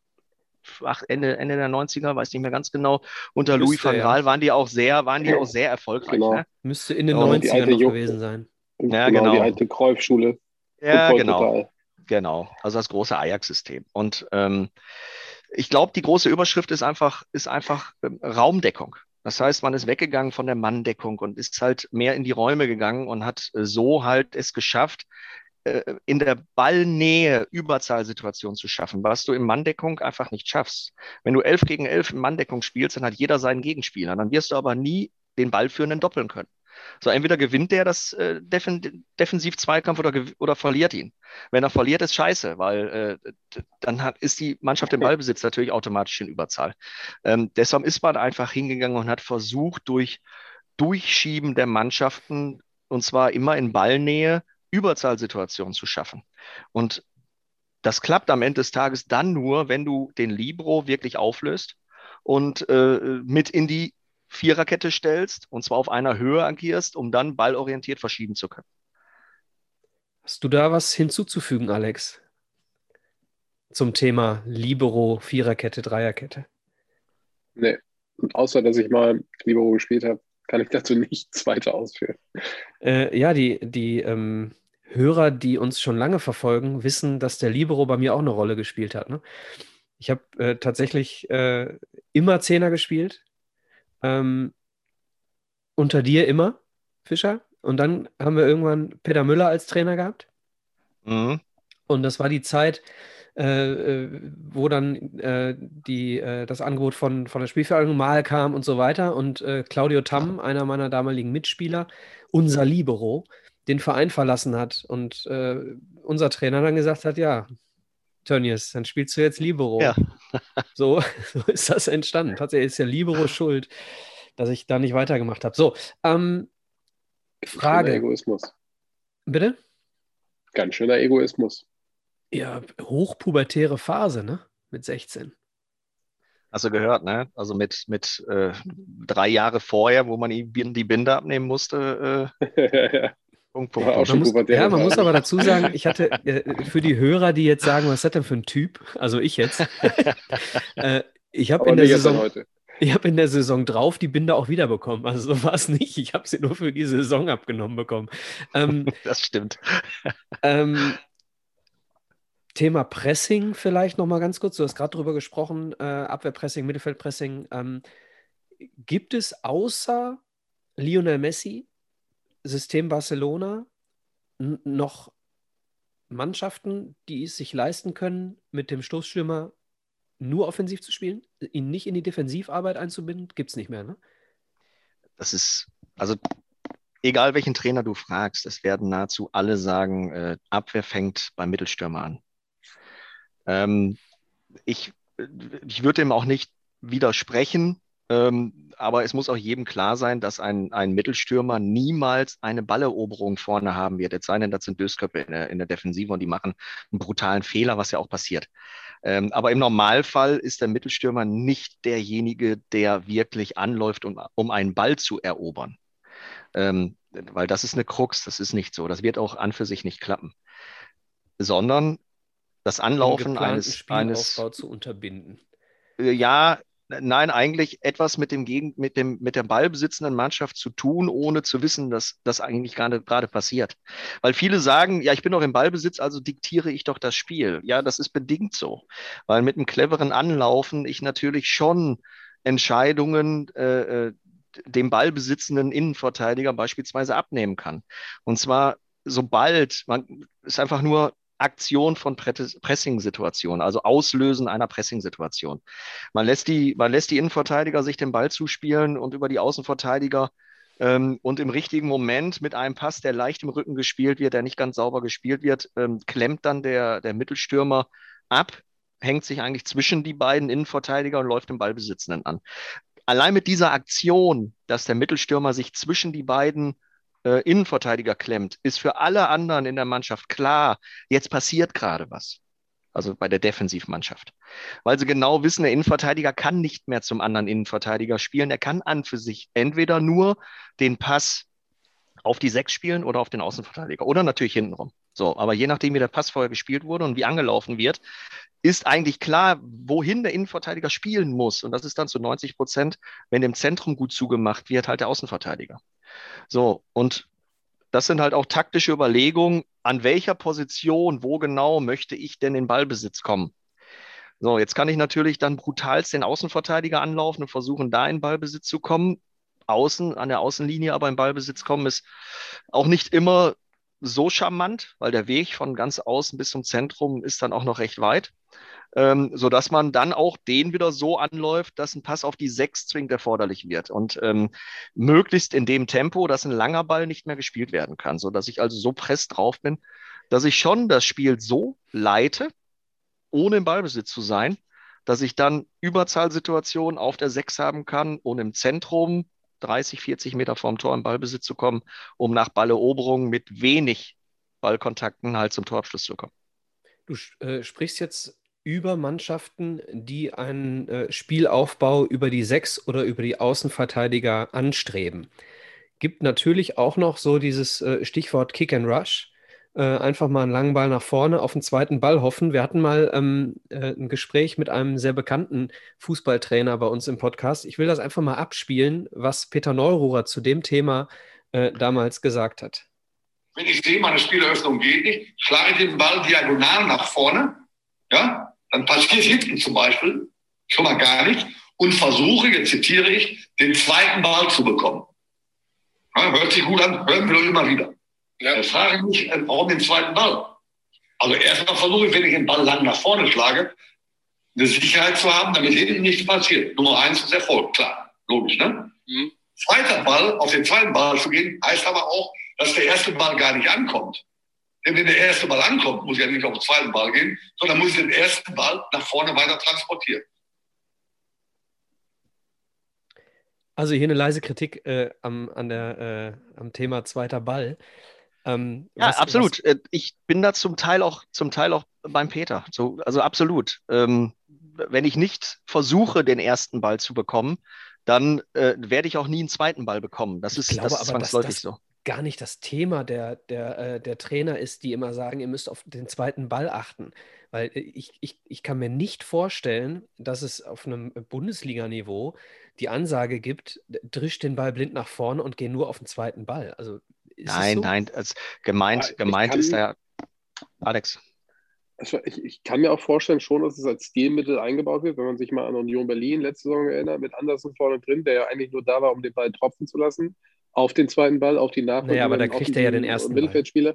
Ende der 90er, weiß nicht mehr ganz genau, unter Louis Müsste, van ja. Gaal waren die auch sehr erfolgreich, Genau. ne? Müsste in den Und Die 90ern alte noch gewesen sein. ja, genau, die genau. alte Cruyff-Schule. Ja, Football genau. total. Genau. Also das große Ajax-System. Und ich glaube, die große Überschrift ist einfach Raumdeckung. Das heißt, man ist weggegangen von der Manndeckung und ist halt mehr in die Räume gegangen und hat so halt es geschafft, in der Ballnähe Überzahlsituationen zu schaffen, was du in Manndeckung einfach nicht schaffst. Wenn du 11 gegen 11 in Manndeckung spielst, dann hat jeder seinen Gegenspieler. Dann wirst du aber nie den Ballführenden doppeln können. So, entweder gewinnt der das Defensiv-Zweikampf oder verliert ihn. Wenn er verliert, ist scheiße, weil dann ist die Mannschaft im Ballbesitz natürlich automatisch in Überzahl. Deshalb ist man einfach hingegangen und hat versucht, durch Durchschieben der Mannschaften, und zwar immer in Ballnähe, Überzahlsituationen zu schaffen. Und das klappt am Ende des Tages dann nur, wenn du den Libero wirklich auflöst und mit in die Viererkette stellst und zwar auf einer Höhe agierst, um dann ballorientiert verschieben zu können. Hast du da was hinzuzufügen, Alex, zum Thema Libero, Viererkette, Dreierkette? Nee. Und außer, dass ich mal Libero gespielt habe, kann ich dazu nichts weiter ausführen. Ja, die Hörer, die uns schon lange verfolgen, wissen, dass der Libero bei mir auch eine Rolle gespielt hat. Ne? Ich habe tatsächlich immer Zehner gespielt. Ähm, unter dir immer, Fischer. Und dann haben wir irgendwann Peter Müller als Trainer gehabt. Mhm. Und das war die Zeit, wo dann das Angebot von der Spielvereinigung mal kam und so weiter. Und Claudio Tamm, einer meiner damaligen Mitspieler, unser Libero, den Verein verlassen hat. Und unser Trainer dann gesagt hat, ja, Tönnies, dann spielst du jetzt Ja, Libero. So, so ist das entstanden. Tatsächlich ist ja Libero schuld, dass ich da nicht weitergemacht habe. So, Schöner Frage, Egoismus. bitte? Ganz schöner Egoismus. Ja, hochpubertäre Phase, ne? Mit 16. hast du gehört, ne? Also mit 3 Jahre vorher, wo man ihm die Binde abnehmen musste, Punkt, Punkt, War auch Punkt. schon Ja, pubertäre man muss Phase. aber dazu sagen, ich hatte für die Hörer, die jetzt sagen, was ist das denn für ein Typ? Also ich jetzt. äh, ich habe Aber in der mir jetzt dann Saison, heute. ich habe in der Saison drauf die Binde auch wiederbekommen. Also so war es nicht. Ich habe sie nur für die Saison abgenommen bekommen. Ähm, Das stimmt. ähm, Thema Pressing vielleicht noch mal ganz kurz. Du hast gerade drüber gesprochen, Abwehrpressing, Mittelfeldpressing. Gibt es außer Lionel Messi, System Barcelona, noch Mannschaften, die es sich leisten können, mit dem Stoßstürmer nur offensiv zu spielen, ihn nicht in die Defensivarbeit einzubinden, gibt es nicht mehr, ne? Das ist, also egal welchen Trainer du fragst, es werden nahezu alle sagen, Abwehr fängt beim Mittelstürmer an. Ähm, ich ich würde dem auch nicht widersprechen, aber es muss auch jedem klar sein, dass ein Mittelstürmer niemals eine Balleroberung vorne haben wird. Es sei denn, das sind Dösköpfe in der Defensive und die machen einen brutalen Fehler, was ja auch passiert. Aber im Normalfall ist der Mittelstürmer nicht derjenige, der wirklich anläuft, um einen Ball zu erobern. Weil das ist eine Krux, das ist nicht so. Das wird auch an für sich nicht klappen. Sondern das Den Anlaufen geplanten eines Spielaufbau zu unterbinden. ja, nein, eigentlich etwas mit der ballbesitzenden Mannschaft zu tun, ohne zu wissen, dass das eigentlich gerade passiert. Weil viele sagen, ja, ich bin doch im Ballbesitz, also diktiere ich doch das Spiel. Ja, das ist bedingt so. Weil mit einem cleveren Anlaufen ich natürlich schon Entscheidungen dem ballbesitzenden Innenverteidiger beispielsweise abnehmen kann. Und zwar sobald, man ist einfach nur Aktion von Pressing-Situationen, also Auslösen einer Pressing-Situation. Man lässt die Innenverteidiger sich den Ball zuspielen und über die Außenverteidiger und im richtigen Moment mit einem Pass, der leicht im Rücken gespielt wird, der nicht ganz sauber gespielt wird, klemmt dann der Mittelstürmer ab, hängt sich eigentlich zwischen die beiden Innenverteidiger und läuft den Ballbesitzenden an. Allein mit dieser Aktion, dass der Mittelstürmer sich zwischen die beiden Innenverteidiger klemmt, ist für alle anderen in der Mannschaft klar, jetzt passiert gerade was. Also bei der Defensivmannschaft. Weil sie genau wissen, der Innenverteidiger kann nicht mehr zum anderen Innenverteidiger spielen. Er kann an für sich entweder nur den Pass auf die 6 spielen oder auf den Außenverteidiger oder natürlich hintenrum. So, aber je nachdem, wie der Pass vorher gespielt wurde und wie angelaufen wird, ist eigentlich klar, wohin der Innenverteidiger spielen muss. Und das ist dann zu 90%, wenn im Zentrum gut zugemacht wird, halt der Außenverteidiger. So, und das sind halt auch taktische Überlegungen, an welcher Position, wo genau möchte ich denn in Ballbesitz kommen. So, jetzt kann ich natürlich dann brutalst den Außenverteidiger anlaufen und versuchen, da in Ballbesitz zu kommen. An der Außenlinie aber in Ballbesitz kommen, ist auch nicht immer so charmant, weil der Weg von ganz außen bis zum Zentrum ist dann auch noch recht weit, sodass man dann auch den wieder so anläuft, dass ein Pass auf die 6 zwingend erforderlich wird und möglichst in dem Tempo, dass ein langer Ball nicht mehr gespielt werden kann, sodass ich also so press drauf bin, dass ich schon das Spiel so leite, ohne im Ballbesitz zu sein, dass ich dann Überzahlsituationen auf der 6 haben kann und im Zentrum 30, 40 Meter vorm Tor im Ballbesitz zu kommen, um nach Balleroberung mit wenig Ballkontakten halt zum Torabschluss zu kommen. Du sprichst jetzt über Mannschaften, die einen Spielaufbau über die 6 oder über die Außenverteidiger anstreben. Gibt natürlich auch noch so dieses Stichwort Kick and Rush. Einfach mal einen langen Ball nach vorne, auf den zweiten Ball hoffen. Wir hatten mal ein Gespräch mit einem sehr bekannten Fußballtrainer bei uns im Podcast. Ich will das einfach mal abspielen, was Peter Neururer zu dem Thema damals gesagt hat. Wenn ich sehe, meine Spieleröffnung geht nicht, schlage ich den Ball diagonal nach vorne, ja, dann passiert hinten zum Beispiel schon mal gar nicht und versuche, jetzt zitiere ich, den zweiten Ball zu bekommen. Ja, hört sich gut an, hören wir doch immer wieder. Ja. Dann frage ich mich, warum den zweiten Ball? Also erstmal versuche ich, wenn ich den Ball lang nach vorne schlage, eine Sicherheit zu haben, damit hinten nichts passiert. Nummer 1 ist Erfolg, klar, logisch, ne? Mhm. Zweiter Ball, auf den zweiten Ball zu gehen, heißt aber auch, dass der erste Ball gar nicht ankommt. Denn wenn der erste Ball ankommt, muss ich ja nicht auf den zweiten Ball gehen, sondern muss ich den ersten Ball nach vorne weiter transportieren. Also hier eine leise Kritik am Thema zweiter Ball. Ja, absolut. Ich bin da zum Teil auch beim Peter. So, also absolut. Wenn ich nicht versuche, den ersten Ball zu bekommen, dann werde ich auch nie einen zweiten Ball bekommen. Das ist zwangsläufig so. Gar nicht das Thema der Trainer ist, die immer sagen, ihr müsst auf den zweiten Ball achten. Weil ich kann mir nicht vorstellen, dass es auf einem Bundesliga-Niveau die Ansage gibt, drisch den Ball blind nach vorne und geh nur auf den zweiten Ball. Also Nein, gemeint ist da ja, Alex. Also ich kann mir auch vorstellen schon, dass es als Stilmittel eingebaut wird, wenn man sich mal an Union Berlin letzte Saison erinnert, mit Andersen vorne drin, der ja eigentlich nur da war, um den Ball tropfen zu lassen, auf den zweiten Ball, auf die Nachfolge. Naja, aber da kriegt er ja den ersten Mittelfeldspieler.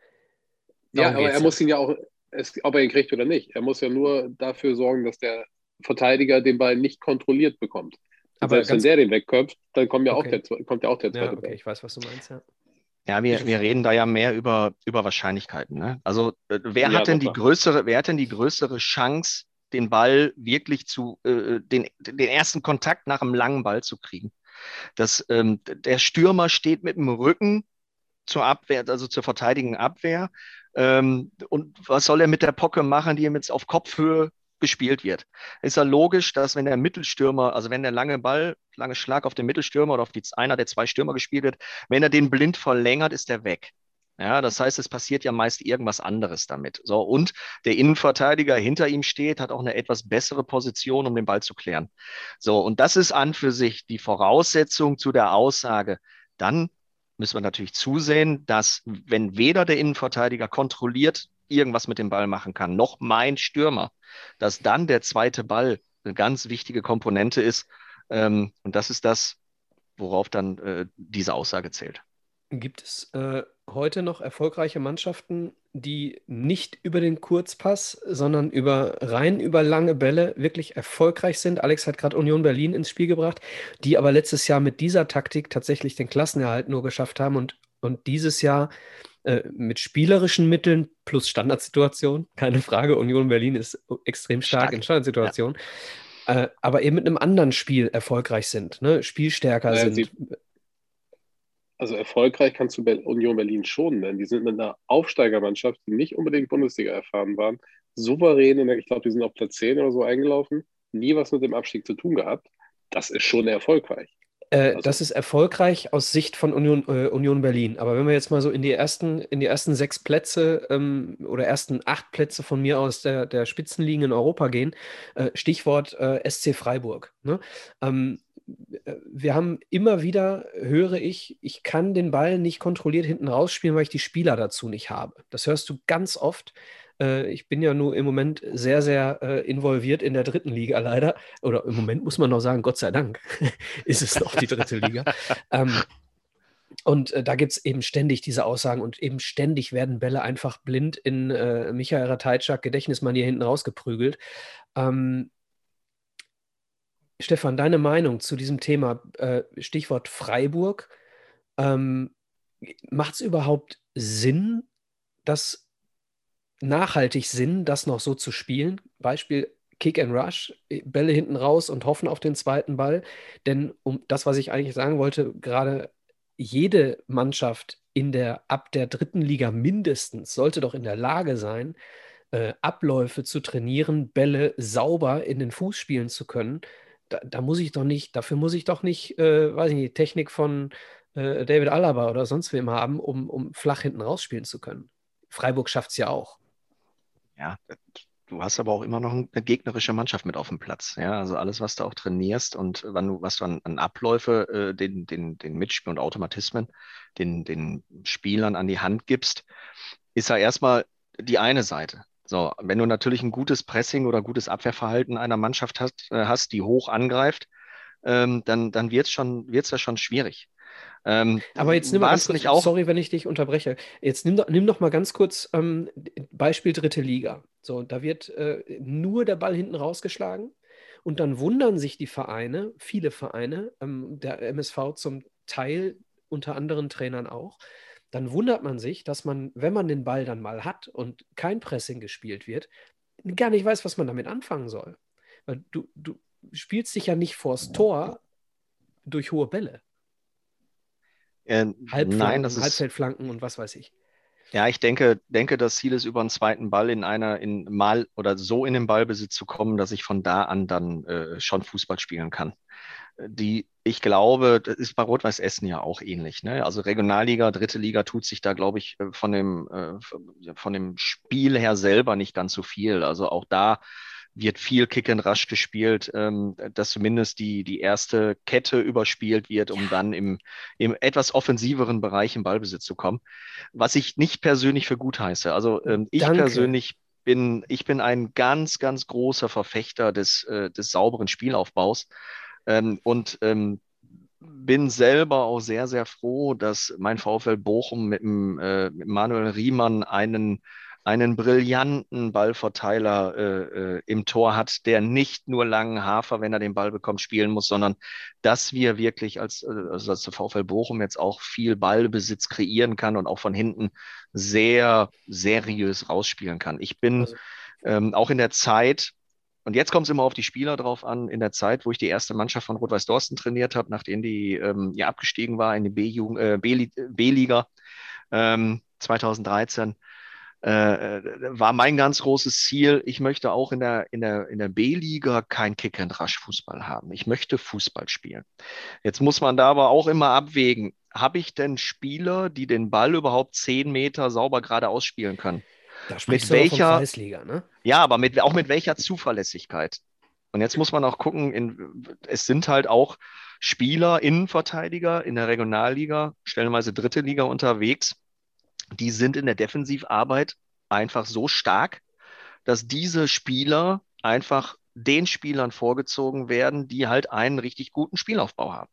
Ja, aber er muss ihn ja auch, ob er ihn kriegt oder nicht, er muss ja nur dafür sorgen, dass der Verteidiger den Ball nicht kontrolliert bekommt. Und Aber selbst wenn der den wegköpft, dann kommt ja Okay. auch der Ja, zweite okay, Ball. ich weiß, was du meinst, ja. Ja, wir reden da ja mehr über Wahrscheinlichkeiten. Ne? Also wer Ja, hat denn na klar. wer hat denn die größere Chance, den Ball wirklich den ersten Kontakt nach einem langen Ball zu kriegen? Der Stürmer steht mit dem Rücken zur Abwehr, also zur verteidigenden Abwehr. Und was soll er mit der Pocke machen, die ihm jetzt auf Kopfhöhe gespielt wird? Ist ja logisch, dass wenn der Mittelstürmer, also wenn der lange Schlag auf den Mittelstürmer oder auf einer der zwei Stürmer gespielt wird, wenn er den blind verlängert, ist er weg. Ja, das heißt, es passiert ja meist irgendwas anderes damit. So, und der Innenverteidiger hinter ihm steht, hat auch eine etwas bessere Position, um den Ball zu klären. So, und das ist an für sich die Voraussetzung zu der Aussage. Dann müssen wir natürlich zusehen, dass wenn weder der Innenverteidiger kontrolliert irgendwas mit dem Ball machen kann, noch mein Stürmer, dass dann der zweite Ball eine ganz wichtige Komponente ist. Und das ist das, worauf dann diese Aussage zählt. Gibt es heute noch erfolgreiche Mannschaften, die nicht über den Kurzpass, sondern rein über lange Bälle wirklich erfolgreich sind? Alex hat gerade Union Berlin ins Spiel gebracht, die aber letztes Jahr mit dieser Taktik tatsächlich den Klassenerhalt nur geschafft haben und dieses Jahr mit spielerischen Mitteln plus Standardsituation, keine Frage, Union Berlin ist extrem stark in Stark. Ja. Standardsituationen, aber eben mit einem anderen Spiel erfolgreich sind, ne? Spielstärker Naja, sind. also erfolgreich kannst du Union Berlin schon nennen. Die sind in einer Aufsteigermannschaft, die nicht unbedingt Bundesliga erfahren waren, souverän ich glaube, die sind auf Platz 10 oder so eingelaufen, nie was mit dem Abstieg zu tun gehabt. Das ist schon erfolgreich. Also, Das ist erfolgreich aus Sicht von Union Berlin. Aber wenn wir jetzt mal so in die ersten 6 Plätze oder ersten 8 Plätze von mir aus der Spitzenligen in Europa gehen, Stichwort SC Freiburg. Ne? Wir haben immer wieder, höre ich kann den Ball nicht kontrolliert hinten rausspielen, weil ich die Spieler dazu nicht habe. Das hörst du ganz oft. Ich bin ja nur im Moment sehr, sehr involviert in der dritten Liga leider. Oder im Moment muss man noch sagen, Gott sei Dank ist es noch die dritte Liga. Und da gibt es eben ständig diese Aussagen und eben ständig werden Bälle einfach blind in Michael Ratajczak Gedächtnismanier hinten rausgeprügelt. Stefan, deine Meinung zu diesem Thema, Stichwort Freiburg, macht es überhaupt Sinn, nachhaltig Sinn, das noch so zu spielen? Beispiel Kick and Rush, Bälle hinten raus und hoffen auf den zweiten Ball. Denn um das, was ich eigentlich sagen wollte, gerade jede Mannschaft ab der dritten Liga mindestens sollte doch in der Lage sein, Abläufe zu trainieren, Bälle sauber in den Fuß spielen zu können. Dafür muss ich doch nicht, weiß ich nicht, Technik von David Alaba oder sonst wem haben, um flach hinten rausspielen zu können. Freiburg schafft es ja auch. Ja, du hast aber auch immer noch eine gegnerische Mannschaft mit auf dem Platz. Ja, also alles, was du auch trainierst und was du an Abläufe, den Mitspielern und Automatismen, den Spielern an die Hand gibst, ist ja erstmal die eine Seite. So, wenn du natürlich ein gutes Pressing oder gutes Abwehrverhalten einer Mannschaft hast, die hoch angreift, dann wird's ja schon schwierig. Aber jetzt nimm mal War ganz es kurz, nicht auch? sorry, wenn ich dich unterbreche. Jetzt nimm doch mal ganz kurz Beispiel dritte Liga. So, da wird nur der Ball hinten rausgeschlagen und dann wundern sich die Vereine, viele Vereine, der MSV zum Teil, unter anderen Trainern auch, dann wundert man sich, dass man, wenn man den Ball dann mal hat und kein Pressing gespielt wird, gar nicht weiß, was man damit anfangen soll. Weil du spielst dich ja nicht vors Tor durch hohe Bälle. Nein, das ist. Halbfeldflanken und was weiß ich. Ja, ich denke, das Ziel ist, über einen zweiten Ball mal oder so in den Ballbesitz zu kommen, dass ich von da an dann schon Fußball spielen kann. Ich glaube, das ist bei Rot-Weiß Essen ja auch ähnlich. Ne? Also Regionalliga, dritte Liga tut sich da, glaube ich, von dem Spiel her selber nicht ganz so viel. Also auch da wird viel Kick and Rush gespielt, dass zumindest die erste Kette überspielt wird, um dann im etwas offensiveren Bereich im Ballbesitz zu kommen. Was ich nicht persönlich für gut heiße. Also ich Danke. persönlich ich bin ein ganz, ganz großer Verfechter des sauberen Spielaufbaus bin selber auch sehr, sehr froh, dass mein VfL Bochum mit Manuel Riemann einen brillanten Ballverteiler im Tor hat, der nicht nur langen Hafer, wenn er den Ball bekommt, spielen muss, sondern dass wir wirklich also als der VfL Bochum jetzt auch viel Ballbesitz kreieren kann und auch von hinten sehr seriös rausspielen kann. Ich bin Also, auch in der Zeit, und jetzt kommt es immer auf die Spieler drauf an, in der Zeit, wo ich die erste Mannschaft von Rot-Weiß Dorsten trainiert habe, nachdem die ja abgestiegen war in die B-Liga 2013, war mein ganz großes Ziel, ich möchte auch in der B-Liga kein Kick-and-Rush-Fußball haben. Ich möchte Fußball spielen. Jetzt muss man da aber auch immer abwägen, habe ich denn Spieler, die den Ball überhaupt 10 Meter sauber geradeaus spielen können? da sprichst Mit du aber von welcher, Kreisliga, ne? ja, aber auch mit welcher Zuverlässigkeit? Und jetzt muss man auch gucken, es sind halt auch Spieler, Innenverteidiger in der Regionalliga, stellenweise dritte Liga unterwegs, die sind in der Defensivarbeit einfach so stark, dass diese Spieler einfach den Spielern vorgezogen werden, die halt einen richtig guten Spielaufbau haben.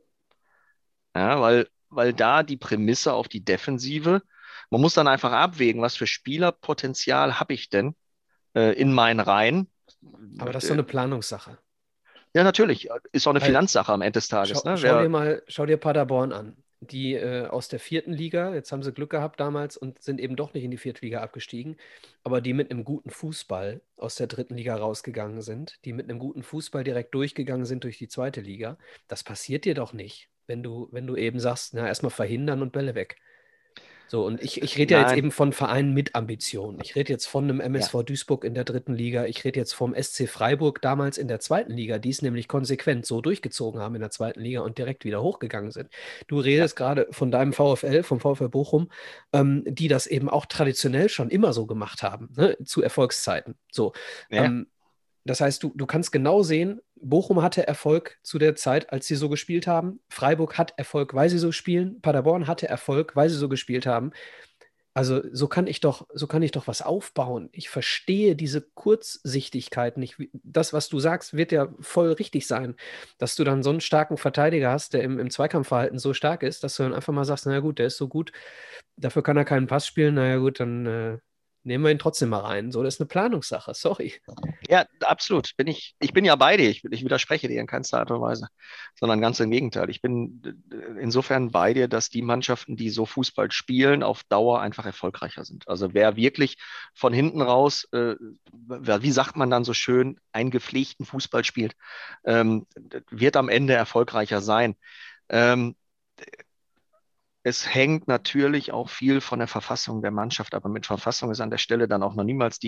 Ja, weil da die Prämisse auf die Defensive, man muss dann einfach abwägen, was für Spielerpotenzial habe ich denn in meinen Reihen. Aber das ist so eine Planungssache. Ja, natürlich, ist auch eine Weil Finanzsache am Ende des Tages. Ne? schau dir Paderborn an. Die aus der vierten Liga, jetzt haben sie Glück gehabt damals und sind eben doch nicht in die vierte Liga abgestiegen, aber die mit einem guten Fußball aus der dritten Liga rausgegangen sind, die mit einem guten Fußball direkt durchgegangen sind durch die zweite Liga, das passiert dir doch nicht, wenn du eben sagst, na, erstmal verhindern und Bälle weg. So, und ich rede ja jetzt Nein, eben von Vereinen mit Ambitionen. Ich rede jetzt von einem ja, MSV Duisburg in der dritten Liga. Ich rede jetzt vom SC Freiburg damals in der zweiten Liga, die es nämlich konsequent so durchgezogen haben in der zweiten Liga und direkt wieder hochgegangen sind. Du ja, redest gerade von deinem VfL, vom VfL Bochum, die das eben auch traditionell schon immer so gemacht haben, ne, zu Erfolgszeiten. So, ja, ähm, das heißt, du kannst genau sehen, Bochum hatte Erfolg zu der Zeit, als sie so gespielt haben. Freiburg hat Erfolg, weil sie so spielen. Paderborn hatte Erfolg, weil sie so gespielt haben. Also so kann ich doch was aufbauen. Ich verstehe diese Kurzsichtigkeit nicht. Das, was du sagst, wird ja voll richtig sein, dass du dann so einen starken Verteidiger hast, der im Zweikampfverhalten so stark ist, dass du dann einfach mal sagst, naja gut, der ist so gut, dafür kann er keinen Pass spielen, naja gut, dann nehmen wir ihn trotzdem mal rein. So, das ist eine Planungssache, sorry. ja, absolut. Ich bin ja bei dir. Ich widerspreche dir in keinster Art und Weise, sondern ganz im Gegenteil. Ich bin insofern bei dir, dass die Mannschaften, die so Fußball spielen, auf Dauer einfach erfolgreicher sind. Also wer wirklich von hinten raus, wie sagt man dann so schön, einen gepflegten Fußball spielt, wird am Ende erfolgreicher sein. Ähm, Es hängt natürlich auch viel von der Verfassung der Mannschaft, aber mit Verfassung ist an der Stelle dann auch noch niemals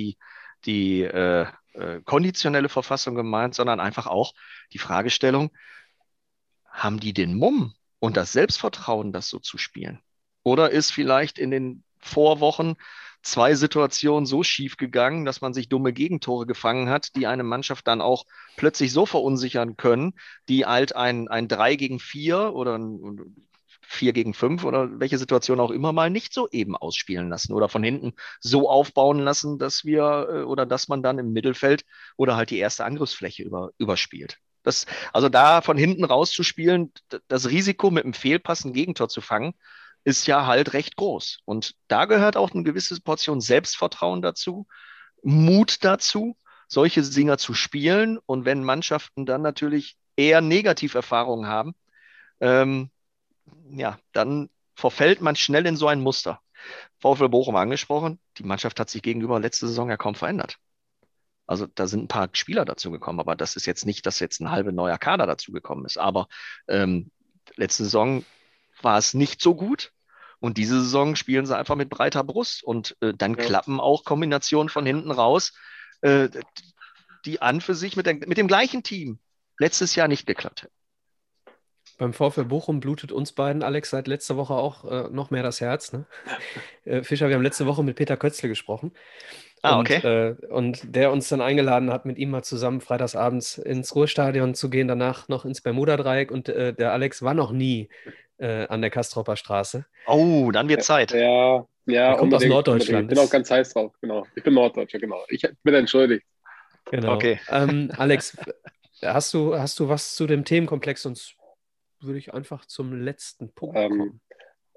die konditionelle Verfassung gemeint, sondern einfach auch die Fragestellung, haben die den Mumm und das Selbstvertrauen, das so zu spielen? Oder ist vielleicht in den Vorwochen zwei Situationen so schief gegangen, dass man sich dumme Gegentore gefangen hat, die eine Mannschaft dann auch plötzlich so verunsichern können, die halt ein 3 gegen 4 oder ein 4 gegen 5 oder welche Situation auch immer mal nicht so eben ausspielen lassen oder von hinten so aufbauen lassen, dass wir oder dass man dann im Mittelfeld oder halt die erste Angriffsfläche überspielt. Also da von hinten rauszuspielen, das Risiko mit einem Fehlpass ein Gegentor zu fangen, ist ja halt recht groß. Und da gehört auch eine gewisse Portion Selbstvertrauen dazu, Mut dazu, solche Dinger zu spielen. Und wenn Mannschaften dann natürlich eher Negativerfahrungen haben, ähm, ja, dann verfällt man schnell in so ein Muster. VfL Bochum angesprochen, die Mannschaft hat sich gegenüber letzter Saison ja kaum verändert. Also da sind ein paar Spieler dazugekommen, aber das ist jetzt nicht, dass jetzt ein halber neuer Kader dazugekommen ist. Aber letzte Saison war es nicht so gut. Und diese Saison spielen sie einfach mit breiter Brust. Und dann Ja. klappen auch Kombinationen von hinten raus, äh, die an für sich mit dem gleichen Team letztes Jahr nicht geklappt hätten. Beim VfL Bochum blutet uns beiden, Alex, seit letzter Woche auch noch mehr das Herz. Ne? Fischer, wir haben letzte Woche mit Peter Kötzle gesprochen Ah, und, okay. und der uns dann eingeladen hat, mit ihm mal zusammen freitagsabends ins Ruhrstadion zu gehen, danach noch ins Bermuda-Dreieck und der Alex war noch nie an der Castropper Straße. Oh, dann wird Zeit. Ja, ja, Er kommt aus unbedingt, unbedingt. Norddeutschland. Ich bin auch ganz heiß drauf, genau. Ich bin Norddeutscher, genau. Ich bin entschuldigt. Genau. Okay. Alex, hast du was zu dem Themenkomplex? Sonst würde ich einfach zum letzten Punkt Ähm, kommen.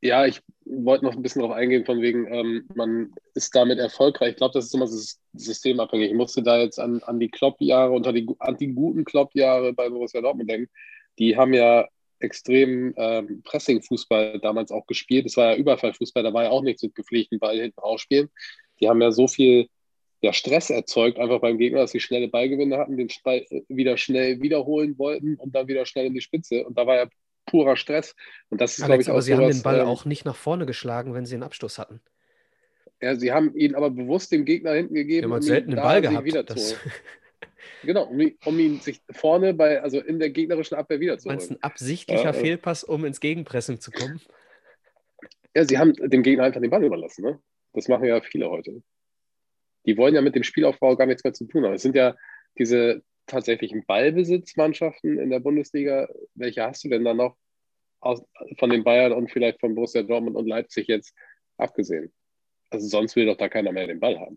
Ja, ich wollte noch ein bisschen darauf eingehen, von wegen, man ist damit erfolgreich. Ich glaube, das ist immer systemabhängig. Ich musste da jetzt an die Klopp-Jahre, an die guten Klopp-Jahre bei Borussia Dortmund denken. Die haben ja extrem Pressing-Fußball damals auch gespielt. Es war ja Überfallfußball, da war ja auch nichts mit gepflegten Ball hinten rausspielen. Die haben ja so viel Stress erzeugt, einfach beim Gegner, dass sie schnelle Ballgewinne hatten, den Ball wieder schnell wiederholen wollten und dann wieder schnell in die Spitze. Und da war ja purer Stress. Und das ist, glaube Alex, ich, aber auch sie haben den sowas. Ball auch nicht nach vorne geschlagen, wenn sie einen Abstoß hatten. Ja, sie haben ihn aber bewusst dem Gegner hinten Die gegeben, haben halt um selten ihn den Ball da sich gehabt. wiederzuholen. Genau, um ihn sich vorne also in der gegnerischen Abwehr Meinst du wiederzuholen. ein absichtlicher Ja, Fehlpass, um ins Gegenpressing zu kommen? ja, sie haben dem Gegner einfach den Ball überlassen. Ne? Das machen ja viele heute. Die wollen ja mit dem Spielaufbau gar nichts mehr zu tun haben. Es sind ja diese tatsächlichen Ballbesitzmannschaften in der Bundesliga. Welche hast du denn da noch von den Bayern und vielleicht von Borussia Dortmund und Leipzig jetzt abgesehen? Also sonst will doch da keiner mehr den Ball haben.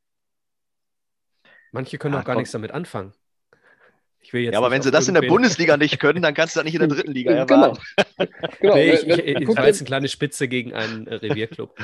Manche können auch gar nichts damit anfangen. Ich will jetzt Ja, aber nicht wenn sie auf das in der irgendwen- Bundesliga nicht können, dann kannst du das nicht in der dritten Liga Genau. erwarten. Genau. Nee, ich Guck war dir- jetzt eine kleine Spitze gegen einen Revierclub.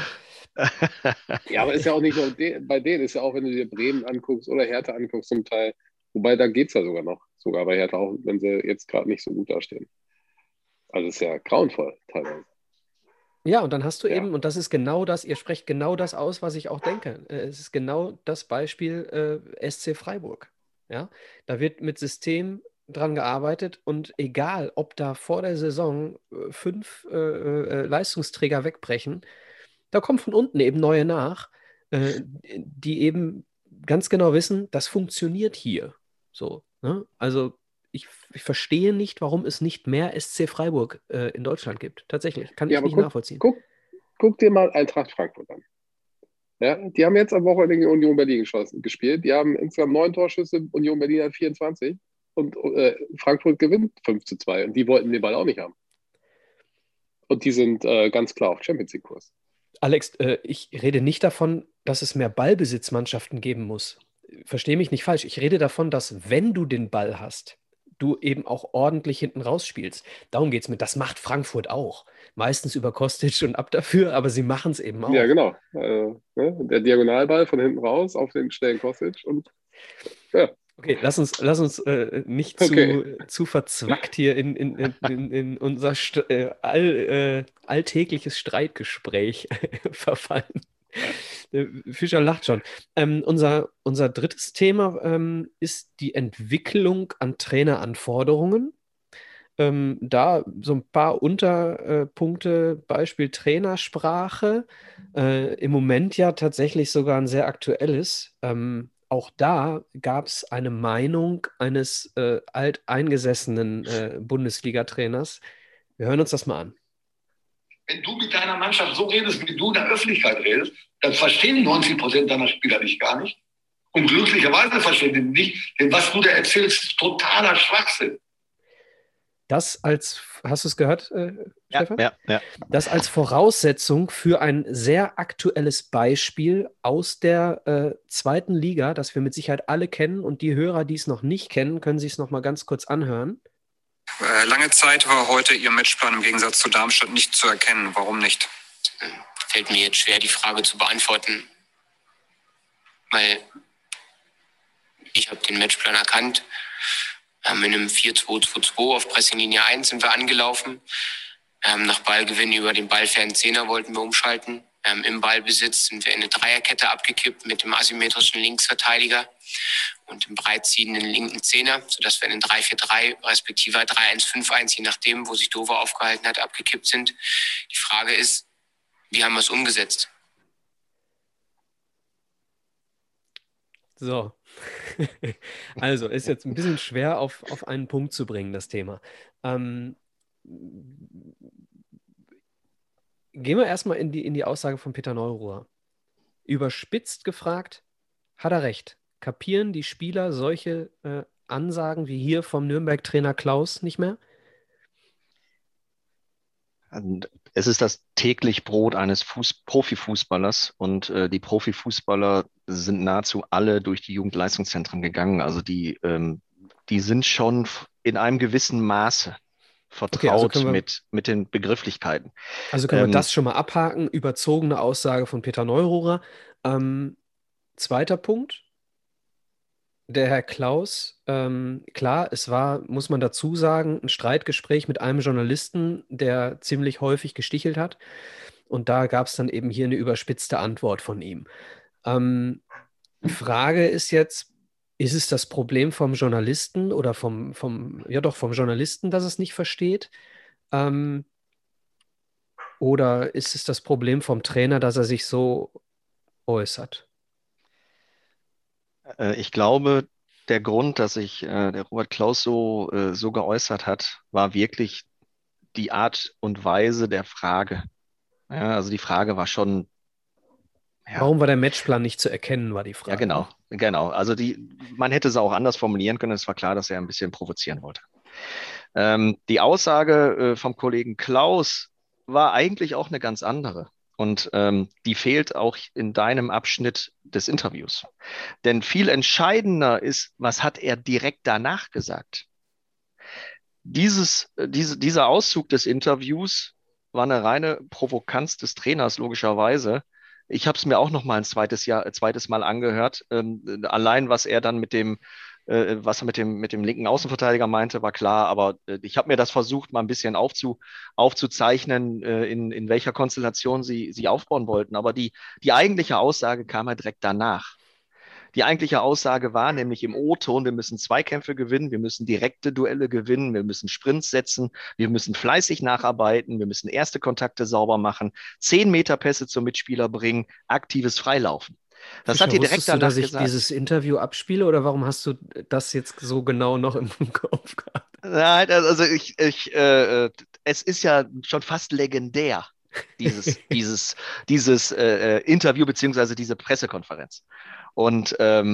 Ja, aber ist ja auch nicht nur bei denen, ist ja auch, wenn du dir Bremen anguckst oder Hertha anguckst zum Teil. Wobei, da geht es ja sogar noch. Sogar bei Hertha auch, wenn sie jetzt gerade nicht so gut dastehen. Also ist ja grauenvoll teilweise. Ja, und dann hast du Ja. eben, und das ist genau das, ihr sprecht genau das aus, was ich auch denke. Es ist genau das Beispiel SC Freiburg. Ja? Da wird mit System dran gearbeitet und egal, ob da vor der Saison 5 Leistungsträger wegbrechen, da kommen von unten eben neue nach, die eben ganz genau wissen, das funktioniert hier. So, ne? Also ich verstehe nicht, warum es nicht mehr SC Freiburg in Deutschland gibt. Tatsächlich, kann Ja, ich aber nicht nachvollziehen. guck dir mal Eintracht Frankfurt an. Ja, die haben jetzt am Wochenende gegen Union Berlin gespielt. Die haben insgesamt 9 Torschüsse, Union Berlin hat 24 und Frankfurt gewinnt 5:2 und die wollten den Ball auch nicht haben. Und die sind ganz klar auf Champions League-Kurs. Alex, ich rede nicht davon, dass es mehr Ballbesitzmannschaften geben muss. Verstehe mich nicht falsch. Ich rede davon, dass wenn du den Ball hast, du eben auch ordentlich hinten rausspielst. Darum geht es mir. Das macht Frankfurt auch. Meistens über Kostic und ab dafür, aber sie machen es eben auch. Ja, genau. Ne? Der Diagonalball von hinten raus auf den schnellen Kostic und ja. Okay, lass uns nicht zu verzwackt hier in unser alltägliches Streitgespräch verfallen. Fischer lacht schon. Unser drittes Thema ist die Entwicklung an Traineranforderungen. Da so ein paar Unterpunkte, Beispiel Trainersprache. Im Moment ja tatsächlich sogar ein sehr aktuelles. Auch da gab es eine Meinung eines alteingesessenen Bundesliga-Trainers. Wir hören uns das mal an. Wenn du mit deiner Mannschaft so redest, wie du in der Öffentlichkeit redest, dann verstehen 90% deiner Spieler dich gar nicht. Und glücklicherweise verstehen die nicht, denn was du da erzählst, ist totaler Schwachsinn. Das hast du es gehört, Stefan? Ja. Das als Voraussetzung für ein sehr aktuelles Beispiel aus der zweiten Liga, das wir mit Sicherheit alle kennen und die Hörer, die es noch nicht kennen, können sich es noch mal ganz kurz anhören. Lange Zeit war heute Ihr Matchplan im Gegensatz zu Darmstadt nicht zu erkennen. Warum nicht? Fällt mir jetzt schwer, die Frage zu beantworten, weil ich habe den Matchplan erkannt. In einem 4-2-2-2 auf Pressinglinie 1 sind wir angelaufen. Nach Ballgewinn über den ballfernen Zehner wollten wir umschalten. Im Ballbesitz sind wir in eine Dreierkette abgekippt mit dem asymmetrischen Linksverteidiger und dem breitziehenden linken Zehner, sodass wir in den 3-4-3 respektive 3-1-5-1, je nachdem, wo sich Dover aufgehalten hat, abgekippt sind. Die Frage ist, wie haben wir es umgesetzt? So, also ist jetzt ein bisschen schwer auf einen Punkt zu bringen, das Thema. Gehen wir erstmal in die Aussage von Peter Neururer. Überspitzt gefragt, hat er recht. Kapieren die Spieler solche Ansagen wie hier vom Nürnberg-Trainer Klaus nicht mehr? Es ist das täglich Brot eines Profifußballers und die Profifußballer sind nahezu alle durch die Jugendleistungszentren gegangen. Also die sind schon in einem gewissen Maße Okay, also vertraut mit den Begrifflichkeiten. können wir das schon mal abhaken. Überzogene Aussage von Peter Neururer. Zweiter Punkt. Der Herr Klaus, klar, es war, muss man dazu sagen, ein Streitgespräch mit einem Journalisten, der ziemlich häufig gestichelt hat. Und da gab es dann eben hier eine überspitzte Antwort von ihm. Frage ist jetzt, ist es das Problem vom Journalisten oder ja doch, vom Journalisten, dass es nicht versteht? Oder ist es das Problem vom Trainer, dass er sich so äußert? Ich glaube, der Grund, dass sich der Robert Klaus so geäußert hat, war wirklich die Art und Weise der Frage. Ja, also die Frage war schon, ja, Warum war der Matchplan nicht zu erkennen, war die Frage. ja, genau, genau. Also man hätte es auch anders formulieren können. Es war klar, dass er ein bisschen provozieren wollte. Die Aussage vom Kollegen Klaus war eigentlich auch eine ganz andere. Und die fehlt auch in deinem Abschnitt des Interviews. Denn viel entscheidender ist, was hat er direkt danach gesagt? Dieser Auszug des Interviews war eine reine Provokanz des Trainers, logischerweise. Ich habe es mir auch noch mal ein zweites Mal angehört. Allein, was er dann was er mit dem linken Außenverteidiger meinte, war klar. Aber ich habe mir das versucht, mal ein bisschen aufzuzeichnen, in welcher Konstellation sie aufbauen wollten. Aber die eigentliche Aussage kam ja direkt danach. Die eigentliche Aussage war nämlich im O-Ton, wir müssen Zweikämpfe gewinnen, wir müssen direkte Duelle gewinnen, wir müssen Sprints setzen, wir müssen fleißig nacharbeiten, wir müssen erste Kontakte sauber machen, 10-Meter-Pässe zum Mitspieler bringen, aktives Freilaufen. Das Fischer, hat ihr direkt wusstest du, danach dass ich gesagt. dieses Interview abspiele oder warum hast du das jetzt so genau noch im Kopf gehabt? Nein, also es ist ja schon fast legendär, dieses Interview beziehungsweise diese Pressekonferenz. Und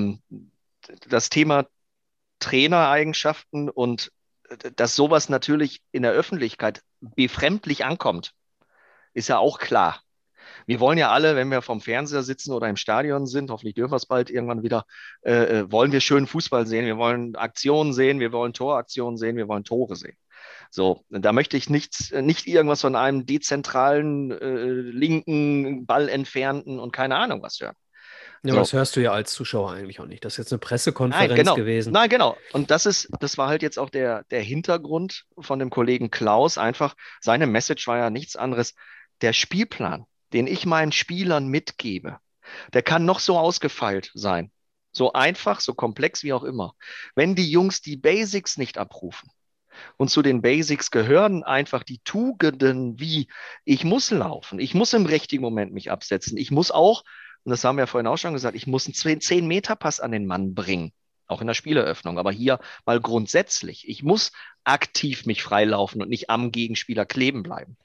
das Thema Trainereigenschaften und dass sowas natürlich in der Öffentlichkeit befremdlich ankommt, ist ja auch klar. Wir wollen ja alle, wenn wir vom Fernseher sitzen oder im Stadion sind, hoffentlich dürfen wir es bald irgendwann wieder, wollen wir schönen Fußball sehen, wir wollen Aktionen sehen, wir wollen Toraktionen sehen, wir wollen Tore sehen. So, da möchte ich nicht irgendwas von einem dezentralen, linken Ball entfernten und keine Ahnung was hören. Ja, aber So. das hörst du ja als Zuschauer eigentlich auch nicht. Das ist jetzt eine Nein, Pressekonferenz genau. gewesen. Nein, genau. Und das war halt jetzt auch der Hintergrund von dem Kollegen Klaus. Einfach, seine Message war ja nichts anderes. Der Spielplan, den ich meinen Spielern mitgebe, der kann noch so ausgefeilt sein. So einfach, so komplex wie auch immer. Wenn die Jungs die Basics nicht abrufen, und zu den Basics gehören einfach die Tugenden wie, ich muss laufen, ich muss im richtigen Moment mich absetzen, ich muss auch, und das haben wir ja vorhin auch schon gesagt, ich muss einen 10-Meter-Pass an den Mann bringen, auch in der Spieleröffnung, aber hier mal grundsätzlich, ich muss aktiv mich freilaufen und nicht am Gegenspieler kleben bleiben.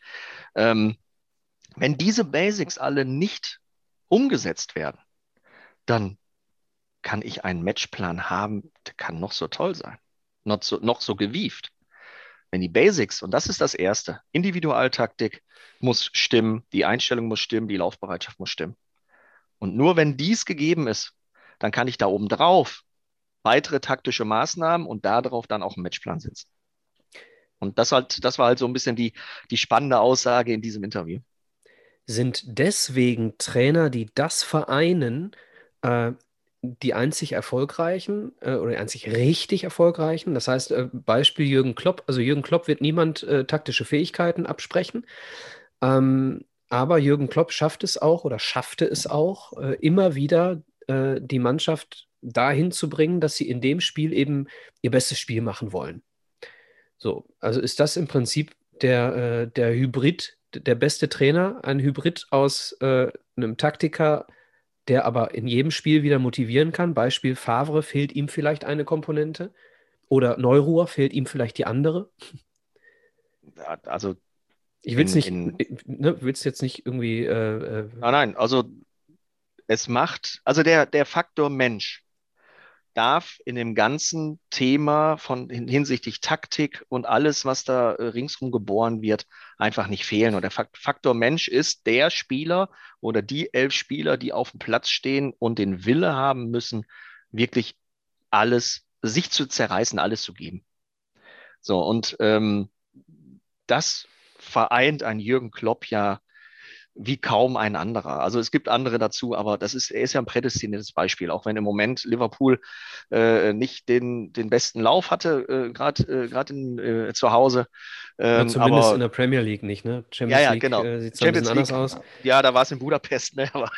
Wenn diese Basics alle nicht umgesetzt werden, dann kann ich einen Matchplan haben, der kann noch so toll sein, noch so gewieft. Wenn die Basics, und das ist das Erste, Individualtaktik muss stimmen, die Einstellung muss stimmen, die Laufbereitschaft muss stimmen. Und nur wenn dies gegeben ist, dann kann ich da oben drauf weitere taktische Maßnahmen und darauf dann auch einen Matchplan setzen. Und das war halt so ein bisschen die spannende Aussage in diesem Interview. Sind deswegen Trainer, die das vereinen, die einzig erfolgreichen oder die einzig richtig erfolgreichen? Das heißt, Beispiel Jürgen Klopp. Also Jürgen Klopp wird niemand taktische Fähigkeiten absprechen. Aber Jürgen Klopp schafft es auch oder schaffte es auch, immer wieder die Mannschaft dahin zu bringen, dass sie in dem Spiel eben ihr bestes Spiel machen wollen. So, also ist das im Prinzip der Hybrid, der beste Trainer, ein Hybrid aus einem Taktiker, der aber in jedem Spiel wieder motivieren kann. Beispiel Favre, fehlt ihm vielleicht eine Komponente. Oder Neuruhr, fehlt ihm vielleicht die andere. Also Ich will es nicht, ne, will's jetzt nicht irgendwie. Nein, also also der Faktor Mensch darf in dem ganzen Thema hinsichtlich Taktik und alles, was da ringsrum geboren wird, einfach nicht fehlen. Und der Faktor Mensch ist der Spieler oder die 11 Spieler, die auf dem Platz stehen und den Wille haben müssen, wirklich alles, sich zu zerreißen, alles zu geben. So, und das vereint ein Jürgen Klopp ja wie kaum ein anderer. Also es gibt andere dazu, aber er ist ja ein prädestiniertes Beispiel, auch wenn im Moment Liverpool nicht den besten Lauf hatte, gerade zu Hause. Oder zumindest in Aber der Premier League nicht, ne? ja, Champions ja, League genau. sieht es ein bisschen Champions anders League, aus. ja, da war es in Budapest, ne? Aber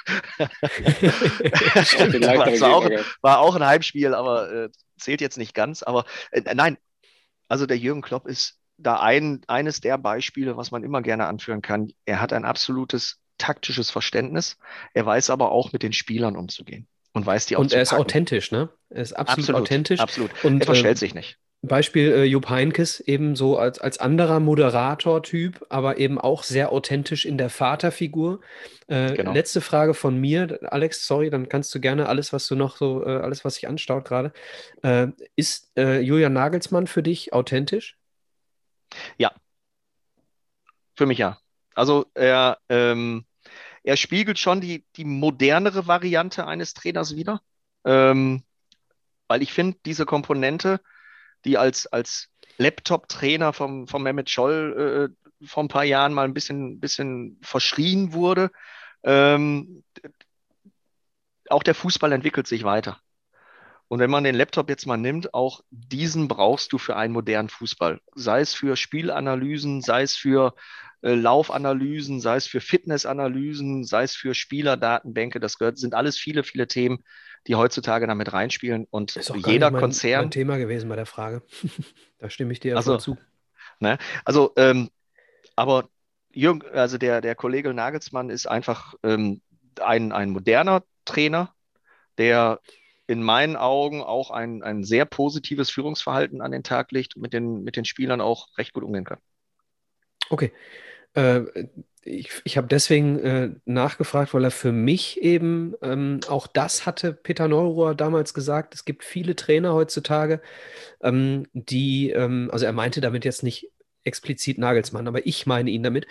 Auch den leichteren Gegner. war auch ein Heimspiel, aber zählt jetzt nicht ganz. Aber nein, also der Jürgen Klopp ist da eines der Beispiele, was man immer gerne anführen kann. Er hat ein absolutes taktisches Verständnis. Er weiß aber auch mit den Spielern umzugehen und weiß die auch Und zu er ist packen. authentisch, ne? Er ist absolut Absolut, authentisch. absolut. Und Er verstellt sich nicht. Beispiel Jupp Heynckes eben so als anderer Moderator-Typ, aber eben auch sehr authentisch in der Vaterfigur. Genau. Letzte Frage von mir, Alex, sorry, dann kannst du gerne alles, was du noch so, alles, was sich anstaut gerade. Ist Julian Nagelsmann für dich authentisch? Ja, für mich ja. Also er spiegelt schon die modernere Variante eines Trainers wider. Ähm, Weil ich finde, diese Komponente, die als Laptop-Trainer vom Mehmet Scholl vor ein paar Jahren mal ein bisschen verschrien wurde, ähm, auch der Fußball entwickelt sich weiter. Und wenn man den Laptop jetzt mal nimmt, auch diesen brauchst du für einen modernen Fußball. Sei es für Spielanalysen, sei es für Laufanalysen, sei es für Fitnessanalysen, sei es für Spielerdatenbänke. Sind alles viele, viele Themen, die heutzutage damit reinspielen. Und Ist auch gar jeder nicht mein Konzern, Thema gewesen bei der Frage. Da stimme ich dir ja voll also, zu. ne, aber also der Kollege Nagelsmann ist einfach ein moderner Trainer, der in meinen Augen auch ein sehr positives Führungsverhalten an den Tag legt und mit den Spielern auch recht gut umgehen kann. Okay. Äh, ich habe deswegen nachgefragt, weil er für mich eben, auch das hatte Peter Neururer damals gesagt, es gibt viele Trainer heutzutage, die, also er meinte damit jetzt nicht explizit Nagelsmann, aber ich meine ihn damit,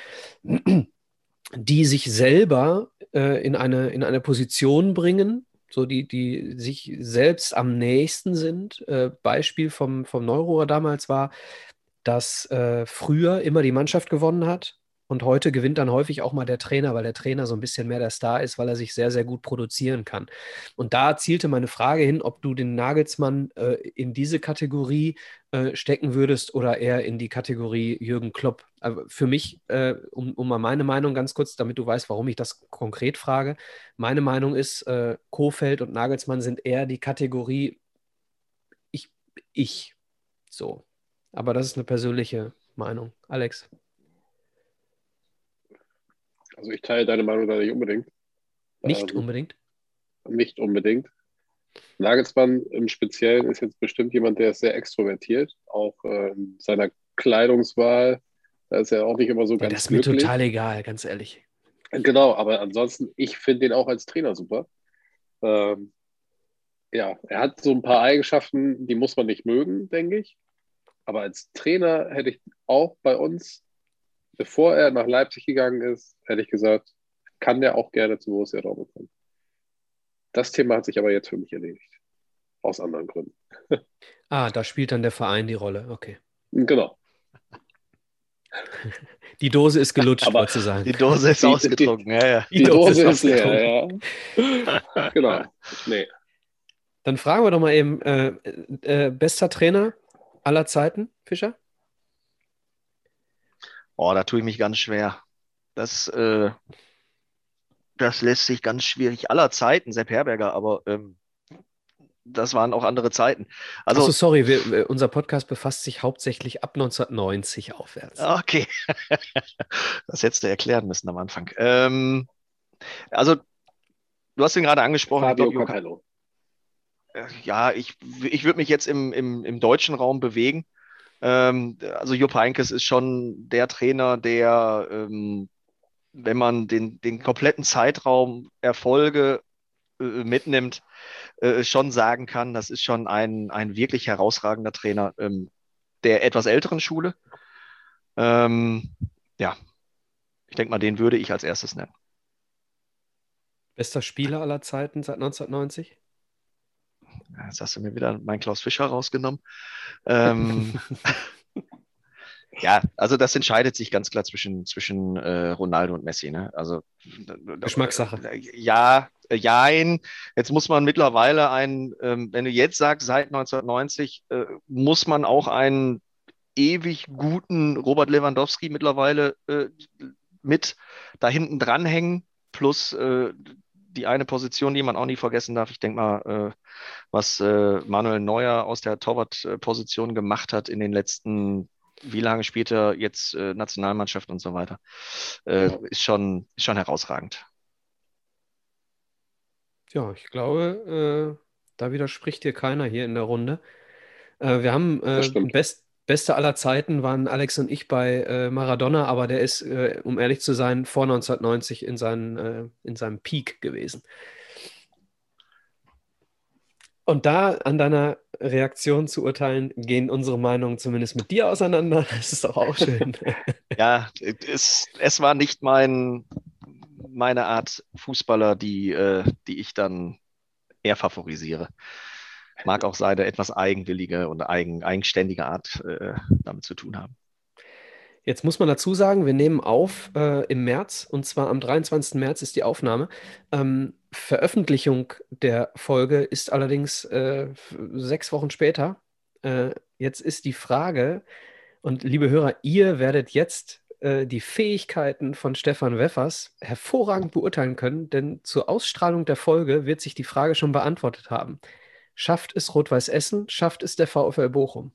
die sich selber in eine Position bringen, so die sich selbst am nächsten sind. Beispiel vom Neurohrer damals war, dass früher immer die Mannschaft gewonnen hat und heute gewinnt dann häufig auch mal der Trainer, weil der Trainer so ein bisschen mehr der Star ist, weil er sich sehr, sehr gut produzieren kann. Und da zielte meine Frage hin, ob du den Nagelsmann in diese Kategorie stecken würdest oder eher in die Kategorie Jürgen Klopp. Aber für mich, um mal meine Meinung ganz kurz, damit du weißt, warum ich das konkret frage, meine Meinung ist, Kohfeldt und Nagelsmann sind eher die Kategorie ich. So. Aber das ist eine persönliche Meinung. Alex. Also ich teile deine Meinung da nicht unbedingt. Nicht unbedingt. Nicht unbedingt. Nagelsmann im Speziellen ist jetzt bestimmt jemand, der ist sehr extrovertiert, auch in seiner Kleidungswahl. Da ist er auch nicht immer so Ja, ganz das ist mir glücklich. total egal, ganz ehrlich. Genau, aber ansonsten, ich finde ihn auch als Trainer super. Ähm, ja, er hat so ein paar Eigenschaften, die muss man nicht mögen, denke ich. Aber als Trainer hätte ich auch bei uns, bevor er nach Leipzig gegangen ist, hätte ich gesagt, kann der auch gerne zu Borussia Dortmund kommen. Das Thema hat sich aber jetzt für mich erledigt. Aus anderen Gründen. Da spielt dann der Verein die Rolle. Okay. Genau. Die Dose ist gelutscht, Aber wolltest du sagen. Die Dose ist ausgetrunken. Ja. Die Dose ist ausgetrunken. leer, ja. Genau. Nee. Dann fragen wir doch mal eben, bester Trainer aller Zeiten, Fischer? Oh, da tue ich mich ganz schwer. Das lässt sich ganz schwierig aller Zeiten, Sepp Herberger, aber das waren auch andere Zeiten. Achso, Also, sorry, unser Podcast befasst sich hauptsächlich ab 1990 aufwärts. okay. Das hättest du erklären müssen am Anfang. Also, du hast ihn gerade angesprochen. Fabio Ich glaub, Capello. ja, ich würde mich jetzt im deutschen Raum bewegen. Also Jupp Heynckes ist schon der Trainer, der, wenn man den kompletten Zeitraum Erfolge mitnimmt, schon sagen kann, das ist schon ein wirklich herausragender Trainer der etwas älteren Schule. Ja, ich denke mal, den würde ich als erstes nennen. Bester Spieler aller Zeiten seit 1990? Jetzt hast du mir wieder meinen Klaus Fischer rausgenommen. Ähm, Ja, also das entscheidet sich ganz klar zwischen Ronaldo und Messi. Ne? Also Geschmackssache. ja, jein. Jetzt muss man mittlerweile wenn du jetzt sagst, seit 1990, muss man auch einen ewig guten Robert Lewandowski mittlerweile mit da hinten dranhängen, plus die eine Position, die man auch nie vergessen darf. Ich denke mal, was Manuel Neuer aus der Torwartposition gemacht hat in den letzten, wie lange spielt er jetzt Nationalmannschaft und so weiter, ist schon herausragend. Ja, ich glaube, da widerspricht dir keiner hier in der Runde. Wir haben Das stimmt. beste aller Zeiten waren Alex und ich bei Maradona, aber der ist, um ehrlich zu sein, vor 1990 in seinem Peak gewesen. Und da an deiner Reaktion zu urteilen, gehen unsere Meinungen zumindest mit dir auseinander. Das ist doch auch schön. Ja, es war nicht meine Art Fußballer, die ich dann eher favorisiere. Mag auch seine etwas eigenwillige und eigenständige Art damit zu tun haben. Jetzt muss man dazu sagen, wir nehmen auf im März, und zwar am 23. März ist die Aufnahme. Veröffentlichung der Folge ist allerdings 6 Wochen später. Jetzt ist die Frage, und liebe Hörer, ihr werdet jetzt die Fähigkeiten von Stefan Weffers hervorragend beurteilen können, denn zur Ausstrahlung der Folge wird sich die Frage schon beantwortet haben. Schafft es Rot-Weiß Essen? Schafft es der VfL Bochum?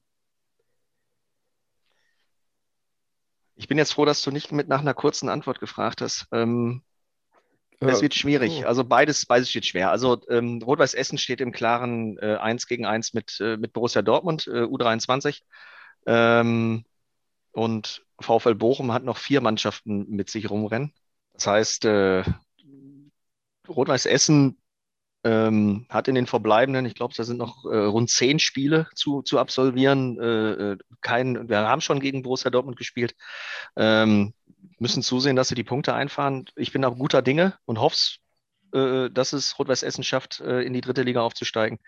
Ich bin jetzt froh, dass du nicht mit nach einer kurzen Antwort gefragt hast. Es Ja, wird schwierig. so. Also beides steht schwer. Also Rot-Weiß Essen steht im klaren 1 gegen 1 mit Borussia Dortmund, U23. Ähm, und VfL Bochum hat noch 4 Mannschaften mit sich rumrennen. Das heißt, Rot-Weiß Essen hat in den verbleibenden, ich glaube, da sind noch rund 10 Spiele zu absolvieren. Wir haben schon gegen Borussia Dortmund gespielt. Müssen zusehen, dass sie die Punkte einfahren. Ich bin auch guter Dinge und hoffe, dass es Rot-Weiß Essen schafft, in die 3. Liga aufzusteigen.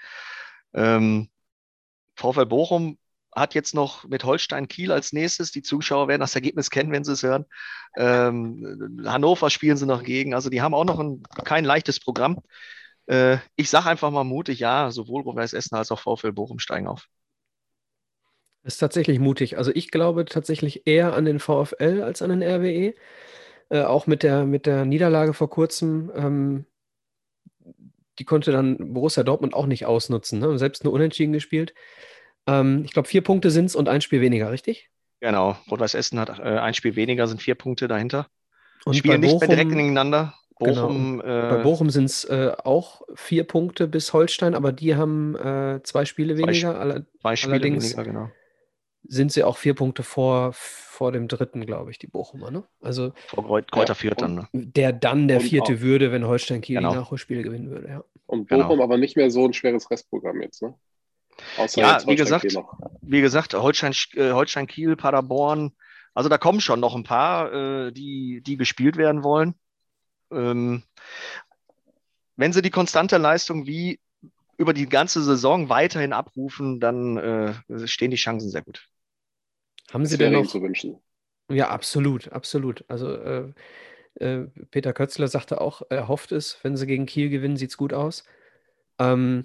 VfL Bochum hat jetzt noch mit Holstein Kiel als nächstes. Die Zuschauer werden das Ergebnis kennen, wenn sie es hören. Hannover spielen sie noch gegen. Also die haben auch noch kein leichtes Programm. Ich sage einfach mal mutig, ja, sowohl Rot-Weiß Essen als auch VfL Bochum steigen auf. Das ist tatsächlich mutig. Also ich glaube tatsächlich eher an den VfL als an den RWE. Auch mit der Niederlage vor kurzem, die konnte dann Borussia Dortmund auch nicht ausnutzen, ne? Selbst nur unentschieden gespielt. Ich glaube, 4 Punkte sind es und ein Spiel weniger, richtig? Genau, Rot-Weiß Essen hat ein Spiel weniger, sind 4 Punkte dahinter. Und bei Spielen nicht mehr direkt Bochum, gegeneinander. genau, Bochum, bei Bochum sind es auch 4 Punkte bis Holstein, aber die haben 2 Spiele zwei, weniger. zwei Spiele Allerdings weniger, genau. sind sie auch 4 Punkte vor dem dritten, glaube ich, die Bochumer. Ne? Also Vor Ja, Kräuter Fürth dann. Ne? der dann der und, vierte würde, wenn Holstein Kiel die Genau, Nachholspiele gewinnen würde. Ja. und genau. Bochum aber nicht mehr so ein schweres Restprogramm jetzt, ne? Außer Ja, jetzt Holstein Kiel noch. wie gesagt, Holstein Kiel, Paderborn, also da kommen schon noch ein paar, die gespielt werden wollen. Ähm, wenn sie die konstante Leistung wie über die ganze Saison weiterhin abrufen, dann stehen die Chancen sehr gut. Haben Es Sie denn wäre ihm noch? zu wünschen. Ja, absolut, absolut. Also Peter Kötzler sagte auch, er hofft es, wenn sie gegen Kiel gewinnen, sieht es gut aus. Ähm,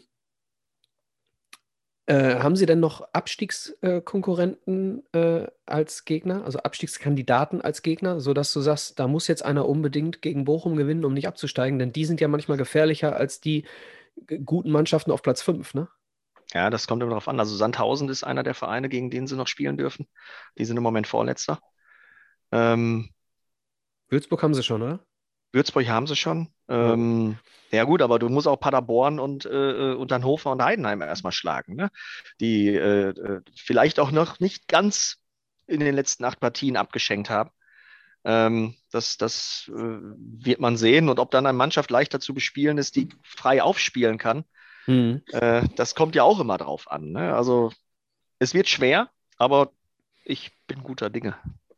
haben Sie denn noch Abstiegskonkurrenten als Gegner, also Abstiegskandidaten als Gegner, sodass du sagst, da muss jetzt einer unbedingt gegen Bochum gewinnen, um nicht abzusteigen, denn die sind ja manchmal gefährlicher als die guten Mannschaften auf Platz 5, ne? Ja, das kommt immer darauf an. Also Sandhausen ist einer der Vereine, gegen den sie noch spielen dürfen. Die sind im Moment Vorletzter. Ähm, Würzburg haben sie schon, oder? Würzburg haben sie schon. Ja. Ja gut, aber du musst auch Paderborn und Hannover und Heidenheim erstmal schlagen, ne? Die vielleicht auch noch nicht ganz in den letzten 8 Partien abgeschenkt haben. Das wird man sehen. Und ob dann eine Mannschaft leichter zu bespielen ist, die frei aufspielen kann, Mhm. das kommt ja auch immer drauf an. Ne? Also es wird schwer, aber ich bin guter Dinge.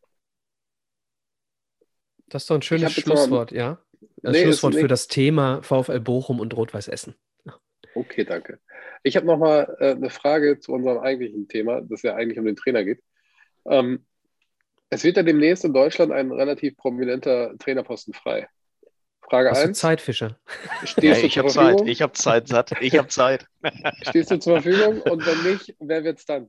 Das ist doch ein Ich schönes habe jetzt aber, Schlusswort, ja? Das nee, Schlusswort für nee, das Thema VfL Bochum und Rot-Weiß Essen. Ja. okay, danke. Ich habe noch mal eine Frage zu unserem eigentlichen Thema, das ja eigentlich um den Trainer geht. Es wird ja demnächst in Deutschland ein relativ prominenter Trainerposten frei. Frage Hast du 1, Zeit, Fischer? Ja, stehst du ich zur habe Zeit. Verfügung? Ich habe Zeit satt. Ich habe Zeit. Stehst du zur Verfügung? Und wenn nicht, wer wird's dann?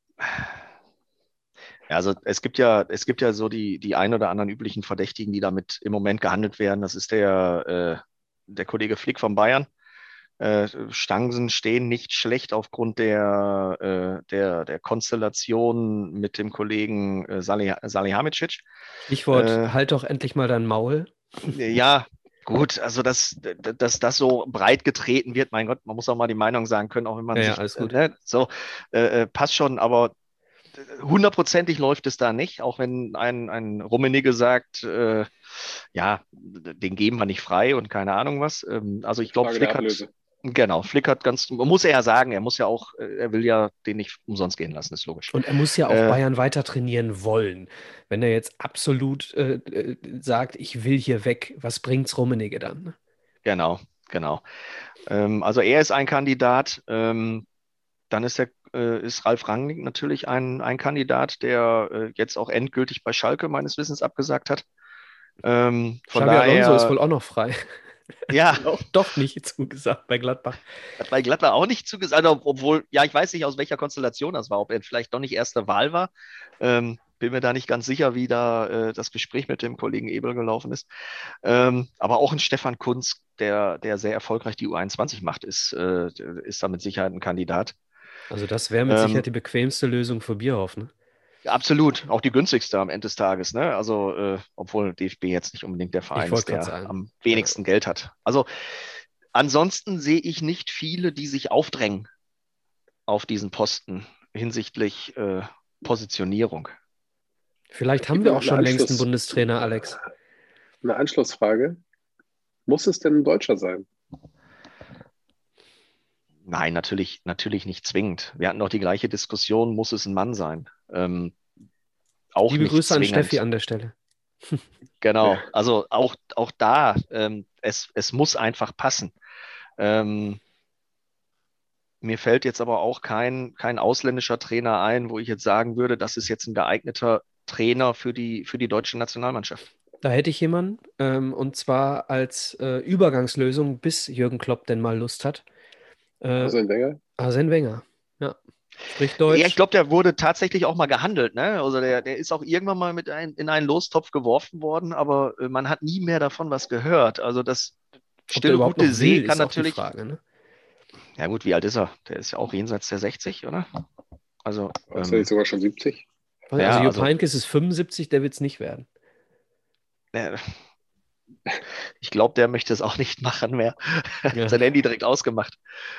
Ja, also es gibt ja so die ein oder anderen üblichen Verdächtigen, die damit im Moment gehandelt werden. Das ist der Kollege Flick von Bayern. Chancen stehen nicht schlecht aufgrund der Konstellation mit dem Kollegen Salihamidzic. Stichwort, halt doch endlich mal dein Maul. Ja, gut, also dass das so breit getreten wird, mein Gott, man muss auch mal die Meinung sagen können, auch wenn man Ja, sich alles gut. ne, so passt schon, aber hundertprozentig läuft es da nicht, auch wenn ein Rummenigge sagt, ja, den geben wir nicht frei und keine Ahnung was. Also ich glaube, Frage der Ablöse. Flick hat muss er ja sagen, er muss ja auch, er will ja den nicht umsonst gehen lassen, ist logisch. Und er muss ja auch Bayern weiter trainieren wollen. Wenn er jetzt absolut sagt, ich will hier weg, was bringt's Rummenigge dann? Ne? Genau. Also er ist ein Kandidat. Dann ist Ralf Rangnick natürlich ein Kandidat, der jetzt auch endgültig bei Schalke meines Wissens abgesagt hat. Von Xabi Alonso ist daher, wohl auch noch frei. ja, Auch doch nicht zugesagt bei Gladbach. hat bei Gladbach auch nicht zugesagt, obwohl, ja, ich weiß nicht, aus welcher Konstellation das war, ob er vielleicht doch nicht erste Wahl war. Bin mir da nicht ganz sicher, wie da das Gespräch mit dem Kollegen Ebel gelaufen ist. Aber auch ein Stefan Kuntz, der sehr erfolgreich die U21 macht, ist da mit Sicherheit ein Kandidat. Also das wäre mit Sicherheit die bequemste Lösung für Bierhoff, ne? Absolut, auch die günstigste am Ende des Tages, ne? Also, obwohl DFB jetzt nicht unbedingt der Verein Ich wollte ist, der gerade sagen. am wenigsten Geld hat. Also, ansonsten sehe ich nicht viele, die sich aufdrängen auf diesen Posten hinsichtlich Positionierung. Vielleicht Gib haben mir wir noch auch eine schon längst einen Bundestrainer, Alex. Eine Anschlussfrage. Muss es denn ein Deutscher sein? Nein, natürlich nicht zwingend. Wir hatten doch die gleiche Diskussion, muss es ein Mann sein? Auch Liebe nicht Grüße an zwingend. Steffi an der Stelle. Genau, also auch da, es muss einfach passen. Ähm, Mir fällt jetzt aber auch kein ausländischer Trainer ein, wo ich jetzt sagen würde, das ist jetzt ein geeigneter Trainer für die deutsche Nationalmannschaft. Da hätte ich jemanden, und zwar als Übergangslösung, bis Jürgen Klopp denn mal Lust hat. Also ein Wenger? Arsene Wenger. Ja. Spricht Ja, ich Deutsch. glaube, der wurde tatsächlich auch mal gehandelt, ne? Also der ist auch irgendwann mal in einen Lostopf geworfen worden, aber man hat nie mehr davon was gehört. Also das Ob der stille überhaupt gute noch will, See kann ist auch die natürlich. Frage, ne? Ja gut, wie alt ist er? Der ist ja auch jenseits der 60, oder? Also, Ist er jetzt sogar schon 70? Also ja, Jupp also Heynckes ist 75, der wird es nicht werden. äh, ich glaube, der möchte es auch nicht machen mehr. Ja. Sein Handy direkt ausgemacht.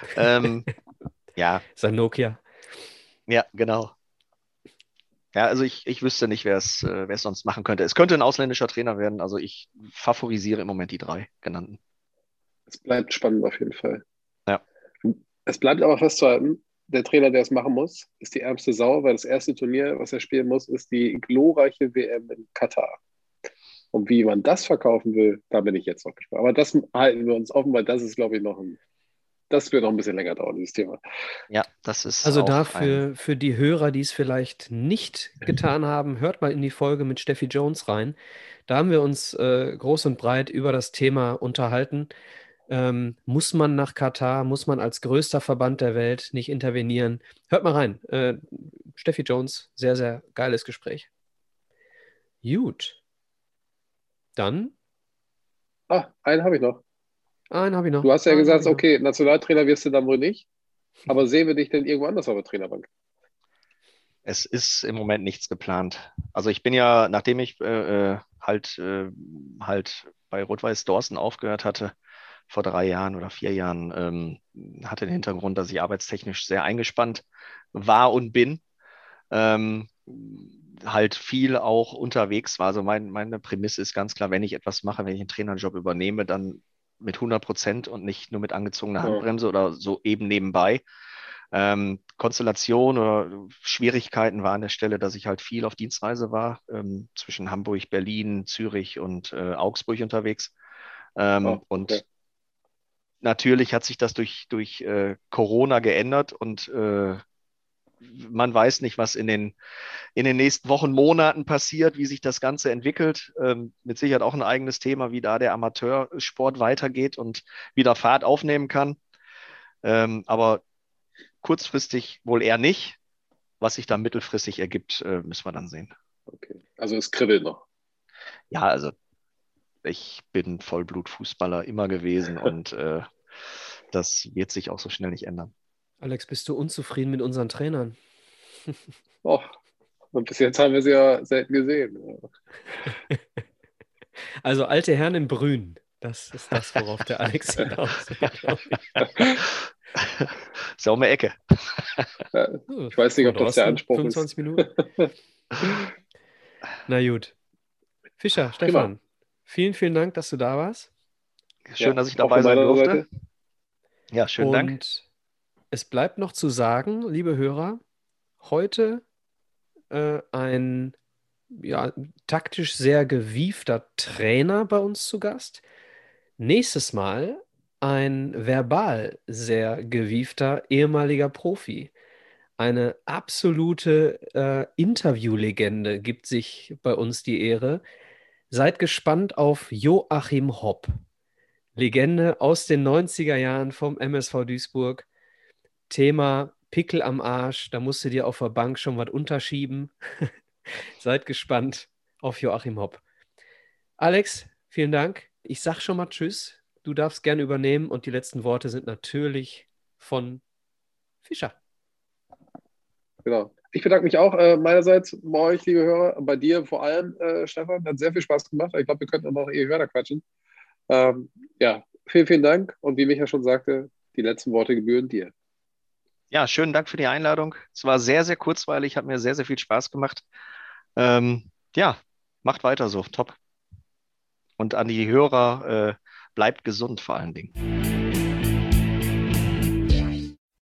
Ja, Sein Nokia. ja, genau. Ja, also ich wüsste nicht, wer es sonst machen könnte. Es könnte ein ausländischer Trainer werden. Also ich favorisiere im Moment die drei genannten. Es bleibt spannend auf jeden Fall. Ja. Es bleibt aber festzuhalten, der Trainer, der es machen muss, ist die ärmste Sau, weil das erste Turnier, was er spielen muss, ist die glorreiche WM in Katar. Und wie man das verkaufen will, da bin ich jetzt noch gespannt. Aber das halten wir uns offen, weil das ist, glaube ich, das wird noch ein bisschen länger dauern, dieses Thema. Ja, das ist Also auch dafür für die Hörer, die es vielleicht nicht getan haben, hört mal in die Folge mit Steffi Jones rein. Da haben wir uns groß und breit über das Thema unterhalten. Muss man nach Katar, muss man als größter Verband der Welt nicht intervenieren? Hört mal rein. Steffi Jones, sehr, sehr geiles Gespräch. Gut. Dann, Einen habe ich noch. einen habe ich noch. Du hast ja Einen hab gesagt, ich noch. okay, Nationaltrainer wirst du dann wohl nicht. Aber sehen wir dich denn irgendwo anders auf der Trainerbank? Es ist im Moment nichts geplant. Also ich bin ja, nachdem ich halt bei Rot-Weiß Dorsten aufgehört hatte, vor 3 Jahren oder 4 Jahren, hatte den Hintergrund, dass ich arbeitstechnisch sehr eingespannt war und bin. Ähm, halt viel auch unterwegs war. Also meine Prämisse ist ganz klar, wenn ich etwas mache, wenn ich einen Trainerjob übernehme, dann mit 100% und nicht nur mit angezogener Handbremse oder so eben nebenbei. Konstellation oder Schwierigkeiten war an der Stelle, dass ich halt viel auf Dienstreise war, zwischen Hamburg, Berlin, Zürich und Augsburg unterwegs. Und natürlich hat sich das durch Corona geändert und man weiß nicht, was in den nächsten Wochen, Monaten passiert, wie sich das Ganze entwickelt. Mit Sicherheit auch ein eigenes Thema, wie da der Amateursport weitergeht und wieder Fahrt aufnehmen kann. Aber kurzfristig wohl eher nicht. Was sich da mittelfristig ergibt, müssen wir dann sehen. Okay. Also es kribbelt noch. Ja, also ich bin Vollblut-Fußballer immer gewesen und das wird sich auch so schnell nicht ändern. Alex, bist du unzufrieden mit unseren Trainern? Oh, und bis jetzt haben wir sie ja selten gesehen. Also alte Herren in Brünn. Das ist das, worauf der Alex hinaus will, glaube ich. Ist ja um die Ecke. Ich weiß nicht, ob das der Anspruch 25 ist. Minuten. Na gut. Fischer, Stefan, vielen, vielen Dank, dass du da warst. Schön, dass ich dabei sein durfte. Ja, schönen Dank. Und es bleibt noch zu sagen, liebe Hörer, heute ein taktisch sehr gewiefter Trainer bei uns zu Gast. Nächstes Mal ein verbal sehr gewiefter ehemaliger Profi. Eine absolute Interviewlegende gibt sich bei uns die Ehre. Seid gespannt auf Joachim Hopp. Legende aus den 90er Jahren vom MSV Duisburg. Thema Pickel am Arsch, da musst du dir auf der Bank schon was unterschieben. Seid gespannt auf Joachim Hopp. Alex, vielen Dank. Ich sag schon mal Tschüss. Du darfst gerne übernehmen und die letzten Worte sind natürlich von Fischer. Genau. Ich bedanke mich auch meinerseits bei euch, liebe Hörer, bei dir vor allem, Stefan. Hat sehr viel Spaß gemacht. Ich glaube, wir könnten aber auch weiter quatschen. Ja, vielen, vielen Dank. Und wie Micha schon sagte, die letzten Worte gebühren dir. Ja, schönen Dank für die Einladung. Es war sehr, sehr kurzweilig, hat mir sehr, sehr viel Spaß gemacht. Ja, macht weiter so, top. Und an die Hörer, bleibt gesund vor allen Dingen.